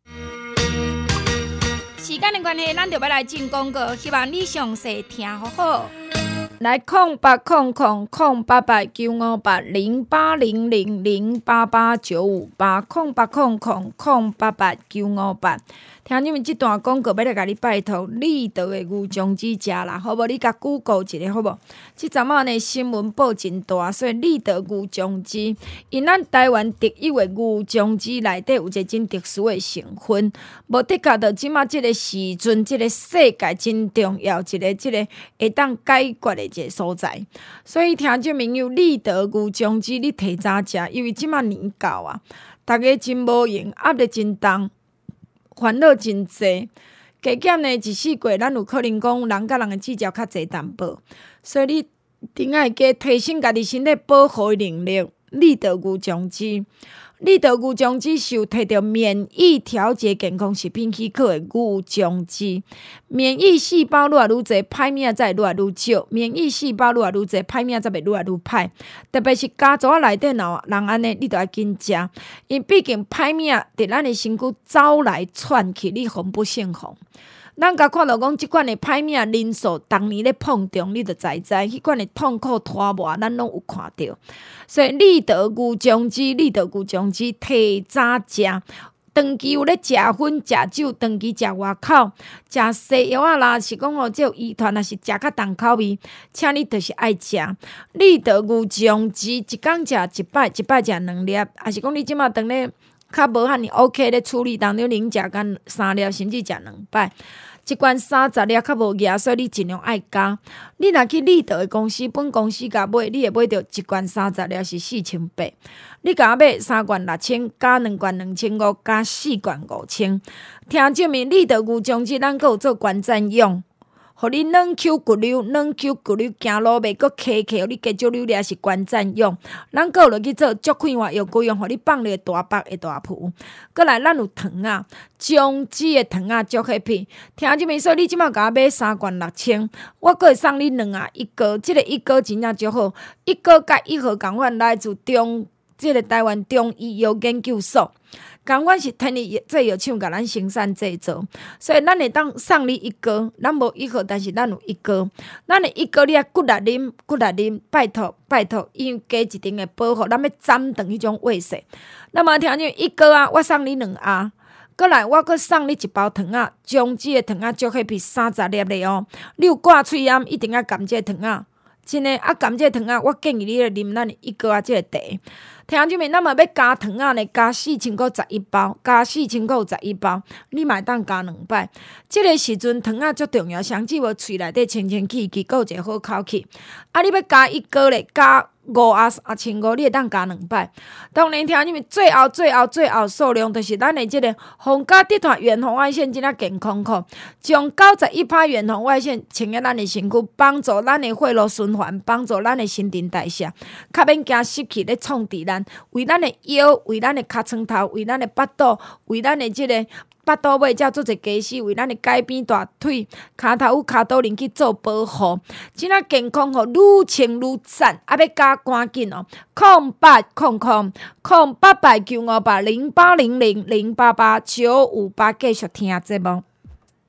时间的关系，咱就要来进广告，希望你详细听好好。来空八空空空八八九五八零八零零零八八九五八空八空空空八八九五八，听你们这段广告，要来甲你拜托，立德的牛酱子食啦，好无？你甲 Google 一下好无？即阵仔呢新闻报真大，所以立德牛酱子，因咱台湾特有的牛酱子内底有一个真特殊的成分，无的确着即马即个时阵，即个世界真重要一个即个会当解决的。一个所在，所以听众朋友，立德牛酱子你提早食，因为即马年到啊，大家真无闲，压力真重，烦恼真济。加减呢，一世过，咱有可能讲人甲人的计较较济淡薄，所以你顶爱加提升家己身体保护的能力。立德牛酱子。立德牛酱子是有摕到免疫调节健康食品许可的牛酱子，免疫细胞愈来愈侪，歹命才会愈来愈少；免疫细胞愈来愈侪，歹命才会愈来愈歹。特别是家族仔内底若人安尼，你著要紧食，因为毕竟歹命伫咱的身躯走来窜去，你防不胜防。咱甲看到讲，即款的歹命人数，逐年咧碰撞，你著知知，迄款的痛苦拖磨，咱拢有看到。所以立德牛酱子，立德牛酱子提早食。长期有咧食薰、食酒，长期食外口，食西药啊啦，是讲吼，即有遗传，若是食较重口味，请你著是爱食。立德牛酱子一工食一摆，一摆食两粒，还是讲你即马当咧较无遐尼 OK 咧处理当中，能食干三粒，甚至食两摆。一罐三十粒较无额，所以你尽量爱加。你若去立德的公司，本公司甲买，你会买到一罐三十粒是四千八。你甲买三罐六千，加两罐两千五，加四罐五千。听证明立德牛酱子，咱阁有做观瞻用。互你软 Q 骨溜，软 Q 骨溜行路袂阁磕磕，互你加少溜粒是观瞻用。咱阁有落去做足快活药膏用，互你放入大包的大脯。过来，咱有糖啊，姜子的糖啊，足合片。听即面说，你即马甲我买三罐六千，我阁会送你两啊一膏。即、这个一膏真正足好，一膏甲一盒共款来自中，即、这个台湾中医药研究所。共款是天然制药厂甲咱生产制造，所以咱会当送你一膏，咱无一盒，但是咱有一膏。咱的一膏你啊，骨力啉，骨力啉，拜托拜托，因为加一定的保护，咱要斩断迄种胃势。那么听见一膏啊，我送你两盒。过来，我阁送你一包糖仔，姜子的糖仔足合片三十粒的哦。你有挂喙炎，一定要含这糖仔。真诶，啊，含这糖仔，我建议你来啉咱的一膏啊，这个茶。听证明，咱嘛要加糖仔呢，加四千块十一包，加四千块十一包，你嘛当加两摆。即、这个时阵糖仔足重要，上至无喙内底清清气气，有一个好口气。啊，你要加一膏咧，加五啊啊千五，你会当加两摆。当然，听证明最后最后最后数量，就是咱的即个红家地团远红外线真啊健康裤，将九十一趴远红外线穿入咱的身躯，帮助咱的血路循环，帮助咱的新陈代谢，较免惊湿气咧创治咱。为咱的腰，为咱的尻川头，为咱的腹肚，为咱的即个腹肚尾才做一家私，为咱的改变大腿、骹头有骹肚鳞去做保护，真啊健康吼，愈清愈赞，啊要加赶紧哦！空八空空空八八九五八零八零零零八八九五八，继续听节目。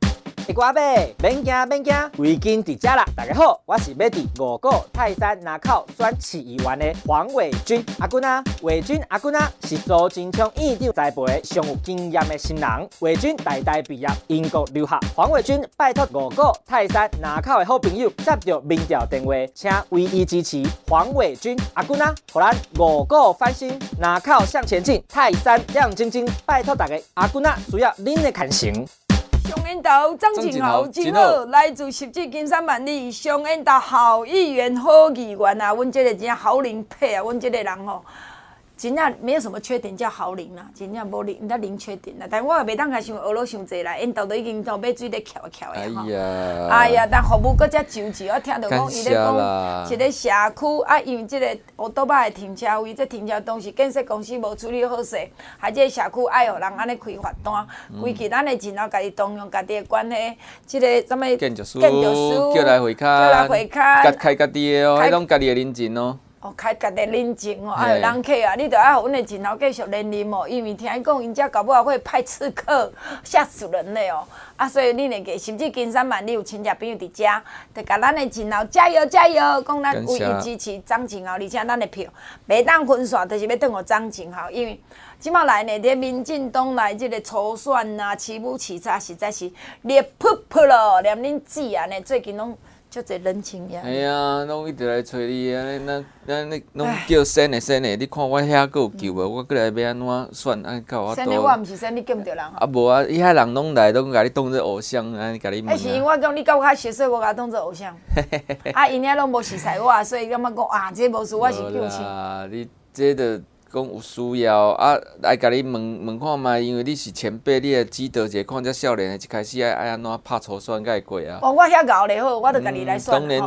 地瓜买，免惊免惊，围巾伫遮啦！大家好，我是要伫五股泰山南口选市议员的黄伟军阿君啊。伟军阿君啊，是苏贞昌院长栽培的上有经验的新人。伟军代代毕业，英国留学。黄伟军拜托五股泰山南口的好朋友接到民调电话，请唯一支持黄伟军阿君啊，互咱五股翻新，南口向前进，泰山亮晶晶。拜托大家阿君啊，需要恁的牵成。 上演到张景豪真好，来自十指金山万里，上演到好议员、好议员啊！阮这个真豪龄配啊，阮这个人吼，真正没有什么缺点叫豪龄啦，真正无零，咱零缺点啦。但我也袂当甲想学了伤济啦，因豆都已经到尾水咧翘翘的吼。哎呀，哎呀，但服务搁遮周济，我听到讲伊咧讲一个社区啊，因为即个乌多巴的停车位，这停车当时建设公司无处理好势，害这个社区爱互人安尼开罚单，规气咱的钱后家己动用家己的关系，即个什么建筑师叫来会卡， 叫来会卡， 家开家己的哦，迄拢家己的人情哦。 哦，开家己认证哦，哎呦，人客啊，你着爱互阮的钱头继续连任哦，因为听讲因遮搞不好会派刺客，吓死人了哦。啊，所以你那个甚至金山万里有亲戚朋友伫遮，着甲咱的钱头加油加油，讲咱唯一支持张景豪，而且咱的票袂当分散，就是要等互张景豪，因为即马来呢，伫民进党来即个初选啊，起舞起差实在是烈噗噗咯，连恁姊啊呢，最近拢。就这人情呀！ 哎呀，拢一直来找你啊！咱咱那拢叫选的选的，你看我遐个有救无？我过来要安怎选？安到我选的我毋是选，你叫毋着人。 啊无啊，伊遐人拢来，拢甲你当做偶像，安尼甲你问啊。 迄是因为我讲你甲我较熟，所以我甲当做偶像。啊，因遐拢无熟悉我，所以感觉讲啊，这无事，我是救星。 啊，你这个。讲有需要啊，来甲你问问看卖，因为你是前辈，你会记得者，看遮少年的一开始爱爱安怎拍初选才会过啊。 哦，我遐熬咧好，我著家己来选。 当然。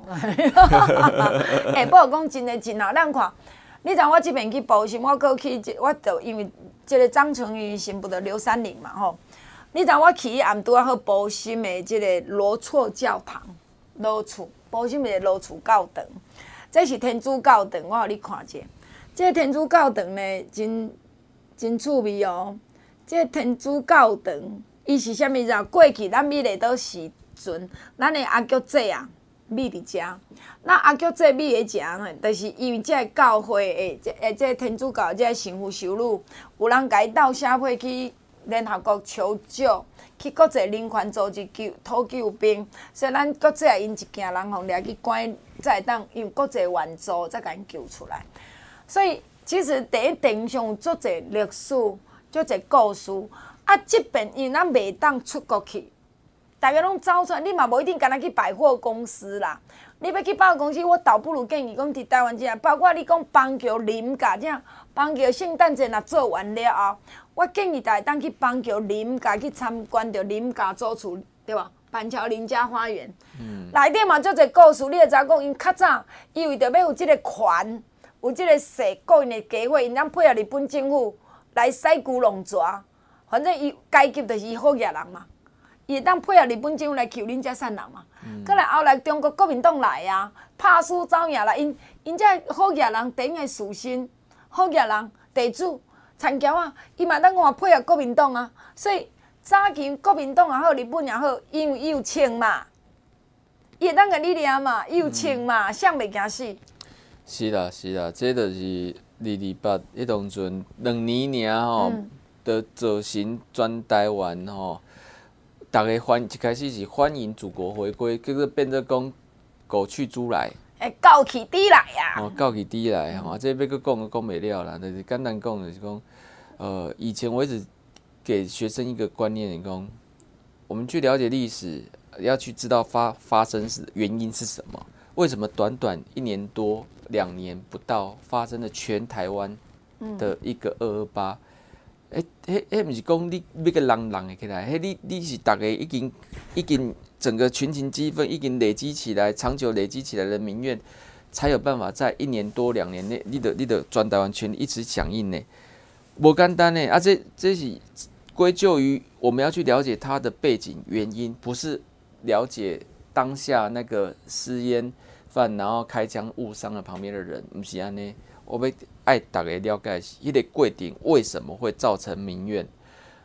哎，不过讲真诶真好，咱看，你知我即边去报信，我过去，我著因为即个张纯瑜新妇的刘三林嘛吼。你知我去暗拄啊好报信的即个罗厝教堂，罗厝报信的罗厝教堂，这是天主教堂，我互你看者。这个天主教堂呢，真真趣味哦。这个天主教堂，伊是啥物事？过去咱美丽岛时阵，咱的阿菊姐啊，美伫遮。那阿菊姐美伫遮呢，就是因为这个教会的，这这天主教这个神父修女，有人家到社会去联合国求救，去国际人权组织救讨救兵，所以咱国际因一家人互掠去关，才会当用国际援助才甲因救出来。所以，其实第一定上有足侪历史、足侪故事。啊，即边因为咱袂当出国去，大家拢走出来，你嘛无一定干那去百货公司啦。你要去百货公司，我倒不如建议讲伫台湾遮，包括你讲邦桥、林家遮，邦桥圣诞节若做完了后，我建议大家当去邦桥、林家去参观着林家祖厝，对吧？板桥林家花园，内底嘛足侪故事，你会知影讲因较早，伊为着要有即个权。有即个势，个人的计划，因当配合日本政府来洗牛弄蛇，反正伊阶级就是伊好野人嘛，伊会当配合日本政府来求恁遮善人嘛。过、嗯、来后来中国国民党来啊，拍输走赢啦，因因遮好野人顶个属性，好野人地主田桥啊，伊嘛当讲配合国民党啊，所以早期国民党也好，日本也好，因为伊有枪嘛，伊会当甲你掠嘛，伊有枪嘛，谁袂惊死？ 是啦，是啦，这就是二二八迄当阵两年尔吼，的造成全台湾吼，大家欢一开始是欢迎祖国回归，结果变做讲狗去猪来， 诶，高起低来呀！ 哦，高起低来吼，这要搁讲都讲袂了啦，就是简单讲就是讲，呃，以前我一直给学生一个观念，讲我们去了解历史，要去知道发发生是原因是什么，为什么短短一年多。两年不到，发生了全台湾的一个二二八，诶，迄迄毋是讲你要个人人会起来，迄你你是大家已经已经整个群情激愤，已经累积起来，长久累积起来的民怨，才有办法在一年多两年内，你的你的全台湾全一直响应呢，无简单呢，啊，这这是归咎于我们要去了解它的背景原因，不是了解当下那个私烟。犯然后开枪误伤了旁边的人，不是安尼。我要爱大家了解迄个过程为什么会造成民怨。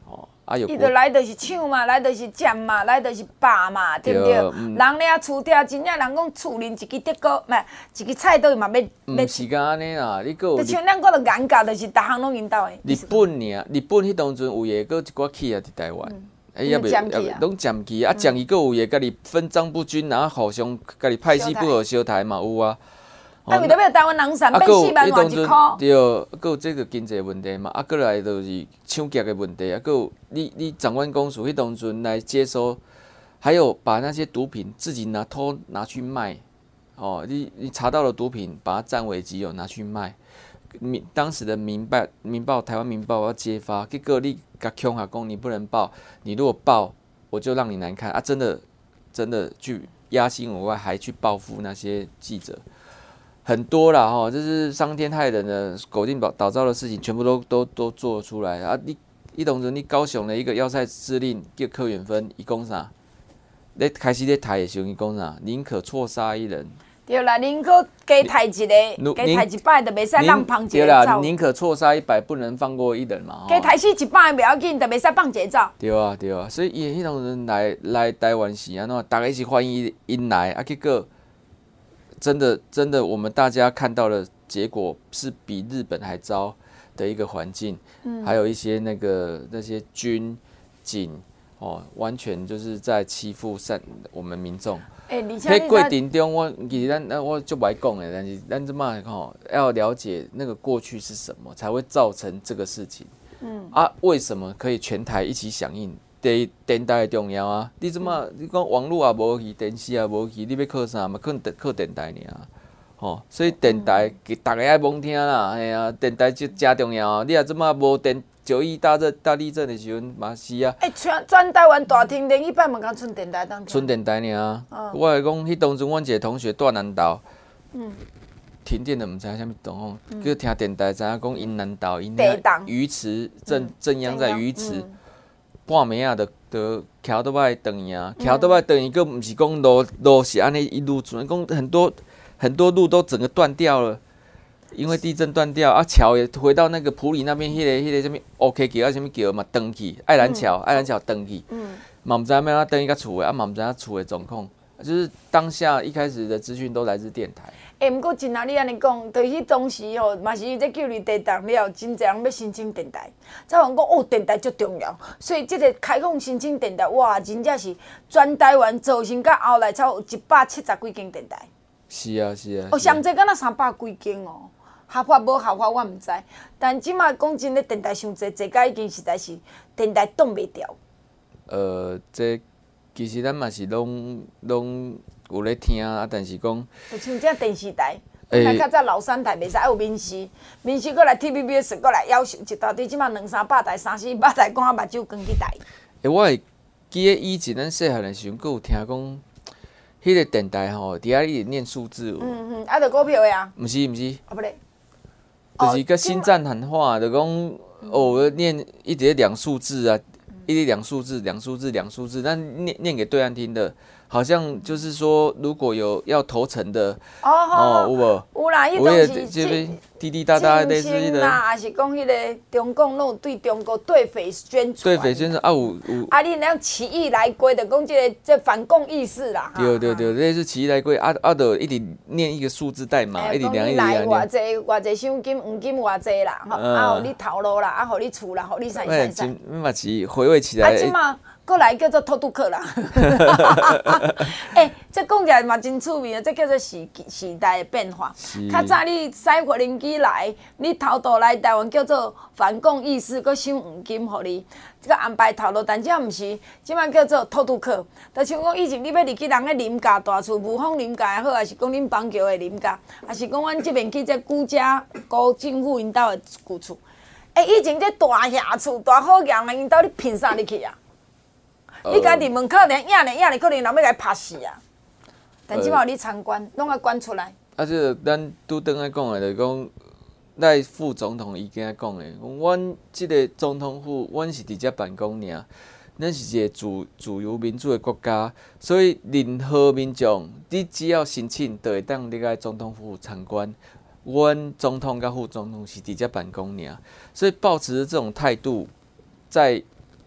哦，啊有。 伊就来就是抢嘛，来就是占嘛，来就是霸嘛，对不对？嗯、人咧厝底真正人讲厝邻一支德国，唔一支菜刀嘛要要。 唔是甲安尼啦，你个有。 就像咱个着眼界，就是逐项拢因兜的。 日本尔，日本迄当阵有诶，搁一寡企业伫台湾。嗯哎，也袂也拢占去啊！占伊个有诶，家己分赃不均，然后互相家己派系不合相台嘛有啊。 啊，为着要台湾人产变四万偌一箍。 对，搁有这个经济问题嘛，啊，过来就是抢劫的问题啊，搁有你你长官公署迄当阵来接收，还有把那些毒品自己拿偷拿去卖，哦，你你查到了毒品，把它占为己有拿去卖。民当时的《民报》《民报》台湾《民报》要揭发，结果你甲恐吓讲你不能报，你如果报，我就让你难看啊！真的，真的去压新闻外，还去报复那些记者，很多啦哈，这是伤天害人的、狗定倒灶的事情，全部都都都做出来啊！你你当阵你高雄的一个要塞司令叫柯远芬，伊讲啥？咧开始咧台的时候，伊讲啥？宁可错杀一人。 对啦，宁可加抬一个，加抬一摆，就袂使让放一个走。 对啦，宁可错杀一百，不能放过一人嘛。 加抬死一摆袂要紧，就袂使放一个走。 对啊，对啊，所以伊迄种人来来台湾是安怎，大家一起欢迎因来啊，结果真的真的，我们大家看到的结果是比日本还糟的一个环境，嗯、还有一些那个那些军警哦，完全就是在欺负善我们民众。 欸，迄过程中，我其实咱咱我就不爱讲的，但是咱即马吼要了解那个过去是什么，才会造成这个事情。嗯啊，为什么可以全台一起响应？第电台的重要啊！你即马你讲网络也无去，电视也无去，你要靠啥嘛？靠靠电台尔。吼，所以电台大家爱罔听啦，哎呀，电台就真重要啊！你啊即马无电。九一大震、大地震的时阵嘛是啊。 哎、欸，全全台湾大停电，一百万敢剩电台当听。 剩电台尔，哦、我来讲，迄当阵阮一个同学住南投，嗯，停电的毋知影啥物状况，嗯、叫听电台知影讲因南投因鱼池正正央在鱼池，嗯、半暝啊，就就桥倒摆转去啊，桥倒摆转去，个毋是讲路路是安尼一路转，讲很多很多路都整个断掉了。因为地震断掉啊，桥也回到那个埔里那边，迄、那个迄、那个什么 OK 桥啊，什么桥嘛，登去爱兰桥，爱兰桥登去，嘛唔知影要安怎登去到厝的，啊嘛唔知影厝的状况，就是当下一开始的资讯都来自电台。 诶、欸，不过真啊，你安尼讲，就是当时吼，嘛是在叫你地动了，真侪人要申请电台，才讲讲哦，电台足重要，所以这个开放申请电台，哇，真正是全台湾造成到后来超有一百七十几间电台。 是啊，是啊。 哦，上济敢若三百几间哦。合法无合法我毋知，但即马讲真咧，电台伤济，济甲已经实在是电台挡袂掉。 呃，这其实咱嘛是拢拢有咧听啊，但是讲， 就像这电视台，咱较早老三台袂使，还有民视，民视过来 T V B S 过来要求一大堆，即马两三百台、三四百台，讲啊目睭光去台。 诶，我会记得以前咱细汉的时候，佫有听讲。迄个电台吼，底下一直念数字。 嗯嗯，啊，着股票的啊。 毋是毋是。 啊不咧。 就是个心脏喊话，就讲哦，念一直两数字啊，一直两数字，两数字，两数字，那念念给对岸听的，好像就是说，如果有要投诚的， 哦哦， 有无？ 有啦，迄种是滴滴答答类似迄个。 啦，还是讲迄个中共拢有对中国对匪宣传。 对匪宣传啊，有有。 啊，你那样起义来归的，讲这个这反共意识啦。 对对对，类似起义来归啊啊，就一直念一个数字代码，一直念一直念。 来偌济偌济奖金，黄金偌济啦，吼，啊，互你头路啦，啊，互你厝啦，互你啥啥啥。 你嘛是回味起来。 啊，即马。过来叫做偷渡客啦，哎、欸，这讲起来嘛真趣味啊！这叫做时时代的变化。较早你驶无人机来，你偷渡来台湾叫做反共意识，佮赏黄金互你，这个安排头路。但这毋是，即摆叫做偷渡客。就像讲以前你要入去人的林家大厝，雾峰林家也好，还是讲恁邦桥的林家，还是讲阮这边去这古家古政府因兜的旧厝。哎、欸，以前这大厦厝、大好洋的因兜，你凭啥入去啊？你家己门口连影咧影咧，可能人要来拍死啊！但即摆你参观，拢爱关出来。 啊，这个咱拄倒来讲的，就是讲，咱副总统已经讲的，阮即个总统府，阮是直接办公尔，咱是一个自自由民主的国家，所以任何民众，你只要申请，就会当入来总统府参观。阮总统甲副总统是直接办公尔，所以抱持这种态度，在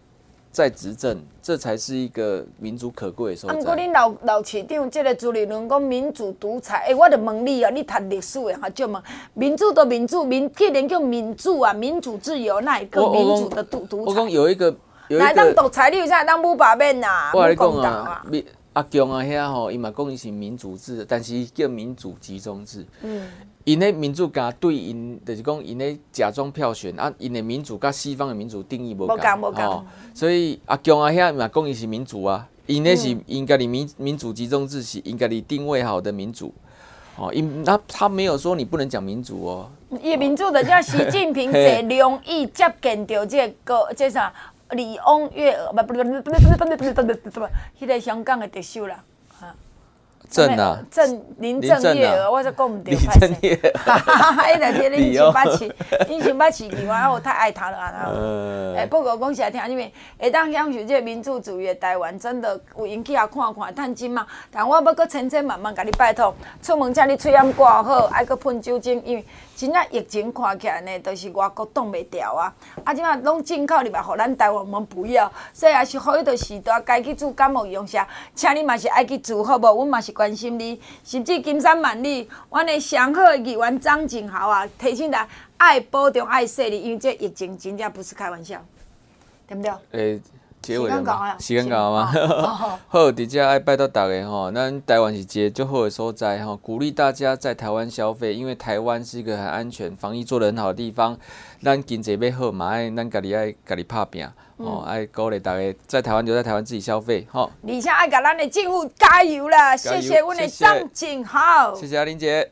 在执政，这才是一个民主可贵的所在。 啊，不过恁老老市长这个朱立伦讲民主独裁，诶、欸，我就问你啊，你读历史的哈，就问民主都民主，民既然叫民主啊，民主自由，那一个民主的独独裁？ 我讲有一个有一个。 来当独裁，你有啥当不罢免呐？ 我跟你讲啊，阿强啊遐吼，伊嘛讲伊是民主制，但是叫民主集中制。嗯。因咧民主甲对因，就是讲因咧假装票选啊，因的民主甲西方的民主定义无共，哦，所以阿强啊遐嘛讲伊是民主啊，因咧是因家己民民主集中制是因家己定位好的民主，哦，因他他没有说你不能讲民主哦。 伊民主就叫习近平坐容易接见到这个这啥李翁月娥，不不不不不不不不不不不，迄个香港的特首啦。 郑啊， 郑林郑月娥，我才讲唔对， 李郑月娥， 迄个天你想捌饲，你想捌饲伊嘛？我太爱他了啊！诶，不过讲实在听，因为会当享受这个民主主义的台湾，真的有引起也看看，趁钱嘛。但我要搁千千万万甲你拜托，出门请你喙烟挂好，爱搁喷酒精，因为真正疫情看起来呢，都是外国挡袂掉啊！啊，即马拢进口入来，互咱台湾我们不要，所以也是好迄个时代该去做感冒用啥，请你嘛是爱去做好无？阮嘛是关心你，甚至金山万里，阮的上好的议员张景豪啊，提醒来爱保重爱惜你，因为这疫情真正不是开玩笑，对不对？ 诶。结尾了嘛？时间到吗？ 好，伫遮爱拜托大家吼，咱台湾是一个足好的所在吼，鼓励大家在台湾消费，因为台湾是一个很安全、防疫做得很好的地方。咱经济要好嘛，爱咱家己爱家己拍拼，吼，爱鼓励大家在台湾留在台湾自己消费，吼。 而且爱甲咱的政府加油啦！谢谢阮的张景豪， 谢谢阿玲姐。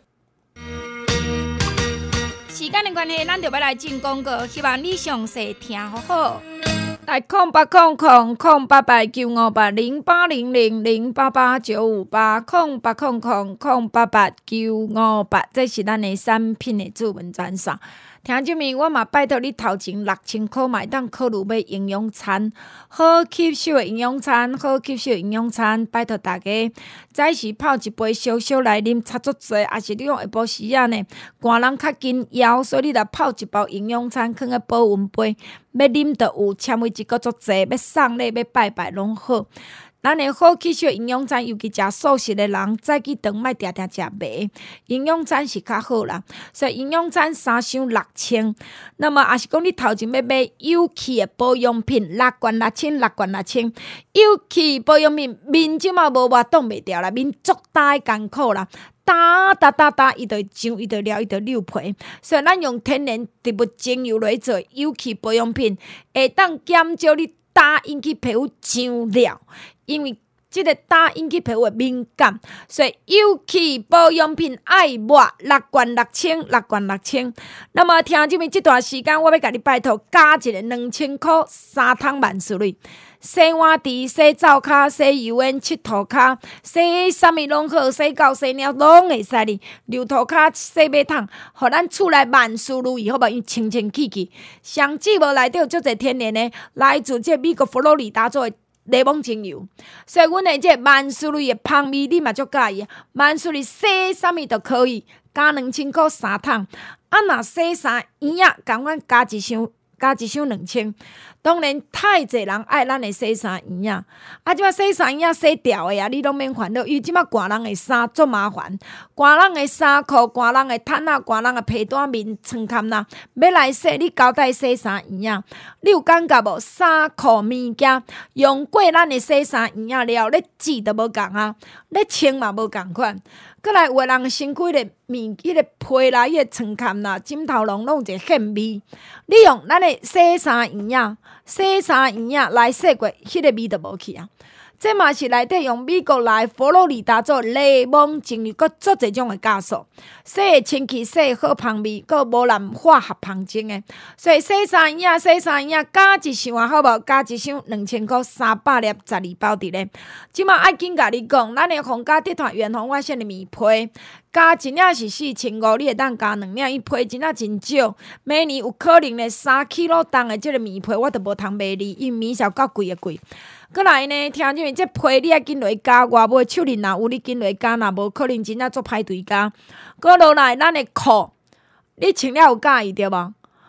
时间的关系，咱就要来进广告，希望你详细听好好。来空八空空空八八九五八零八零零零八八九五八空八空空空八八九五八，这是咱的产品的主文专线。听这面，我嘛拜托你头前六千块买当考虑买营养餐，好吸收的营养餐，好吸收的营养餐，拜托大家早时泡一杯小小来啉，差足济，也是你用下晡时啊呢，寒人较紧枵，所以你来泡一包营养餐，放个保温杯，要啉就有纤维质够足济，要送礼要拜拜拢好。咱的好吸收营养餐，尤其食素食的人，早起肠莫定定食糜，营养餐是较好啦。所以营养餐三箱六千，那么也是讲你头前要买有气的保养品，六罐六千，六罐六千，有气保养品面即嘛无话挡袂掉啦，面足大艰苦啦。打打打打，伊就上，伊就了，伊就溜皮。所以咱用天然植物精油来做有气保养品，会当减少你打引起皮肤痒了。因为这个打引起皮肤的敏感，所以有气保养品爱抹六罐六千，六罐六千。那么听这边这段时间，我要甲你拜托加一个两千块三桶万事瑞。洗碗池、洗灶骹、洗油烟、佚涂骹、洗啥物拢好，洗狗、洗猫拢会使哩。溜涂骹、洗马桶，互咱厝内万事如意，好无？因清清气气。上至无内底有足侪天然的，来自这美国佛罗里达州的柠檬精油，所以阮的这万事如意的芳味，你嘛足介意。万事如意洗啥物都可以，加两千块三桶。啊，若洗衫衣仔，共阮加一箱，加一箱两千。当然，太侪人爱咱的洗衫衣啊！啊，即摆洗衫衣啊，洗掉的啊，你拢免烦恼，因为即摆寒人的衫足麻烦，寒人的衫裤、寒人的毯仔、寒人的被单面、床坎啦，要来洗，你交代洗衫衣啊！你有感觉无？衫裤物件用过咱的洗衫衣啊了，你洗都无共啊，你穿嘛无共款。过来，有个人身躯的面，迄个被啦、迄个床坎啦、枕头拢拢有一个香味。你用咱的洗衫衣啊，洗衫衣啊来洗过，迄个味就无去啊。这嘛是内底用美国来佛罗里达州柠檬精油，佮足侪种的加素，洗会清气，洗好芳味，佮无染化学芳精的。所以洗衫衣啊，洗衫衣啊，加一箱啊，好无？加一箱两千块，三百粒，十二包伫咧。即马爱紧甲你讲，咱的皇家集团原红外线的棉被，加一领是四千五，你会当加两领，伊被真啊真少。每年有可能咧三 K 重的即个棉被，我都无通买你，因为棉少够贵的贵。过来呢，听见这被你爱紧落加，外买手里若有你紧落加，若无可能真正做歹对加。过落来，咱的裤，你穿了有介意对无？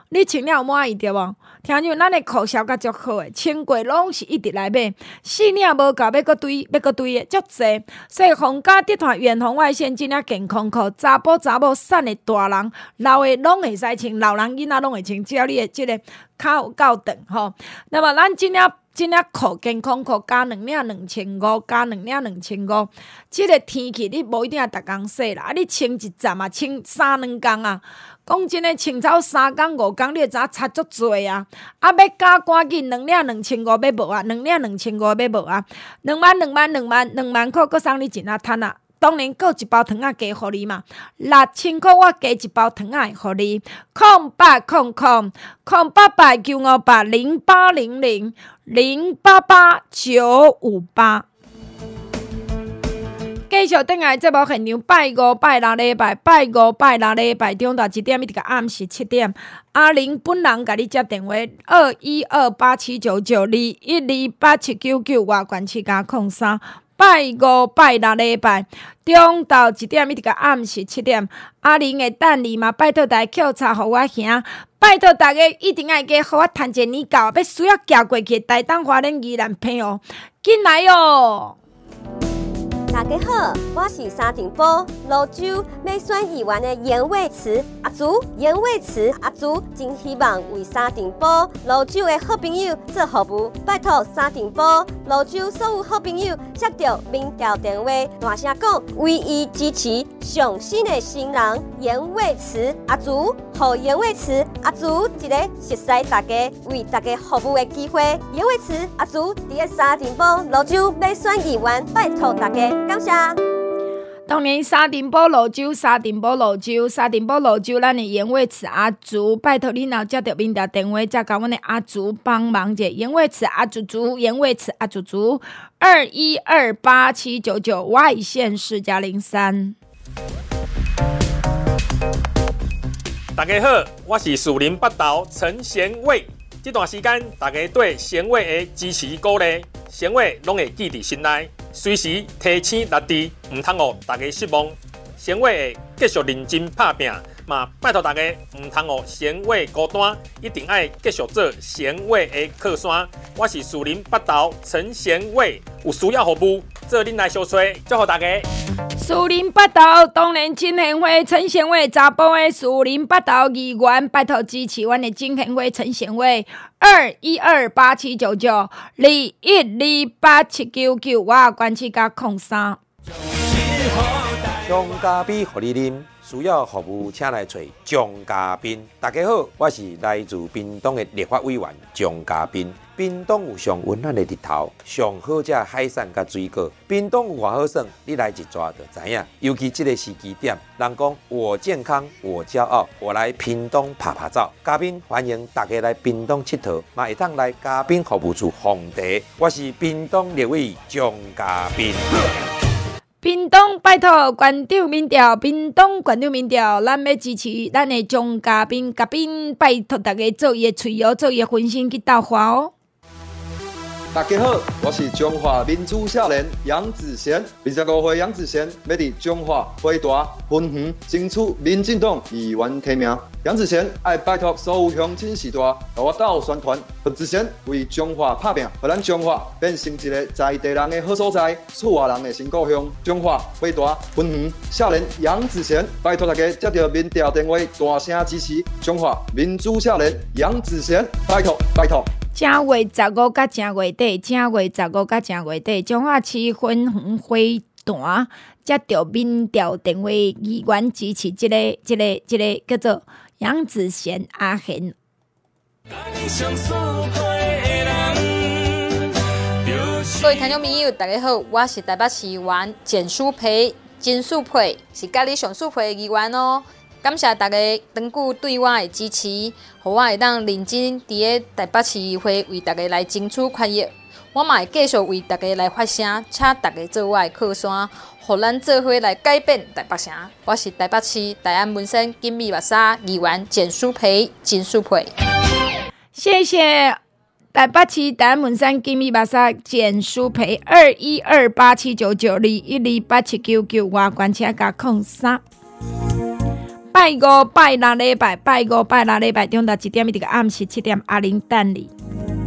你穿了有满意对无？听像咱的裤销甲足好诶，穿过拢是一直来买，四领无够，要搁堆，要搁堆诶，足济。所以皇家集团远红外线真正健康裤，查甫查某、瘦诶大人、老诶拢会使穿，老人囡仔拢会穿，只要你诶即个骹有够长吼。那么咱真正。真正裤健康裤加两领两千五，加两领两千五。即个天气你无一定要逐工洗啦，啊你穿一站啊，穿三两工啊。讲真诶，穿走三工五工，你会知影差足济啊！啊，要加赶紧两领两千五要无啊？两领两千五要无啊？两万两万两万两万块，搁送你一啊摊啊！当然，搁一包糖仔加互你嘛，六千块我加一包糖仔互你，空八空空空八八九五八零八零零零八八九五八。继续等来节目现场，拜五拜六礼拜，拜五拜六礼拜中昼一点一直到暗时七点。阿玲本人甲你接电话，二一二八七九九二一二八七九九，外关七加空三。拜五拜六礼拜中昼一点一直到暗时七点，阿玲会等你嘛？拜托大家扣查互我行，拜托大家一定要加互我趁一个年糕，要需要行过去台东花莲宜兰平哦，紧来哦！ 大家好，我是沙尘暴泸州美选议员的严伟慈阿竹，严伟慈阿竹真希望为沙尘暴泸州的好朋友做服务，拜托沙尘暴泸州所有好朋友接到民调电话，大声讲唯一支持上新的新人严伟慈阿竹，互严伟慈阿竹一个熟悉大家为大家服务的机会。严伟慈阿竹伫个沙尘暴泸州美选议员，拜托大家。感谢。 当年沙尘暴泸州，沙尘暴泸州，沙尘暴泸州，咱的严伟慈阿竹，拜托你若接到民调电话，再甲阮的阿竹帮忙者。严伟慈阿竹竹，严伟慈阿竹竹，二一二八七九九外线四加零三。 大家好，我是树林北投陈贤伟。这段时间，大家对贤伟的支持鼓励，贤伟拢会记伫心内。随时提醒力治，唔通互大家失望。贤伟会继续认真拍拼，嘛拜托大家唔通互贤伟孤单，一定爱继续做贤伟的靠山。我是树林北投陈贤伟，有需要服务，做恁来相找，祝福大家。 树林北投当然真贤惠陈贤惠查甫的树林北投议员，拜托支持阮的真贤惠陈贤惠，二一二八七九九二一二八七九九，我关系甲空三。 张嘉宾互你啉，需要服务请来找张嘉宾。大家好，我是来自屏东的立法委员张嘉宾。屏东有上温暖的日头，上好食海产甲水果。屏东有偌好耍，你来一抓就知影。尤其这个时机点，人讲我健康我骄傲，我来屏东拍拍照。嘉宾欢迎大家来屏东佚佗，嘛会当来嘉宾服务处奉茶。我是屏东立委张嘉宾。 屏东拜托县长民调，屏东县长民调，咱要支持咱的张嘉宾，嘉宾拜托大家做伊的喙油，做伊的分身去斗花哦。 大家好，我是中华民主少年杨子贤，二十五岁杨子贤要伫中华花大分园争取民进党议员提名。杨子贤爱拜托所有乡亲时代，和我斗宣传，杨子贤为中华打拼，让咱中华变成一个在地人的好所在，厝外人的新故乡。中华花大分园少年杨子贤，拜托大家接到民调电话，大声支持中华民主少年杨子贤，拜托拜托。 正月十五甲正月底，正月十五甲正月底，彰化市分园花坛接到民调电话，议员支持即、这个、即、这个、即、这个叫做杨子贤阿贤。 各位听众朋友，大家好，我是台北市议员简淑培，简淑培是家里上淑培的议员哦。感谢大家长久对我的支持，予我会当认真伫个台北市议会为大家来争取权益。我嘛会继续为大家来发声，请大家做我的靠山，互咱做伙来改变台北城。我是台北市大安文山金米目沙议员简淑培，简淑培。 谢谢台北市大安文山金米目沙简淑培，二一二八七九九二一二八七九九，外关车加空三。 拜五拜六礼拜，拜五拜六礼拜中昼一点，一直到暗时七点，阿玲等你。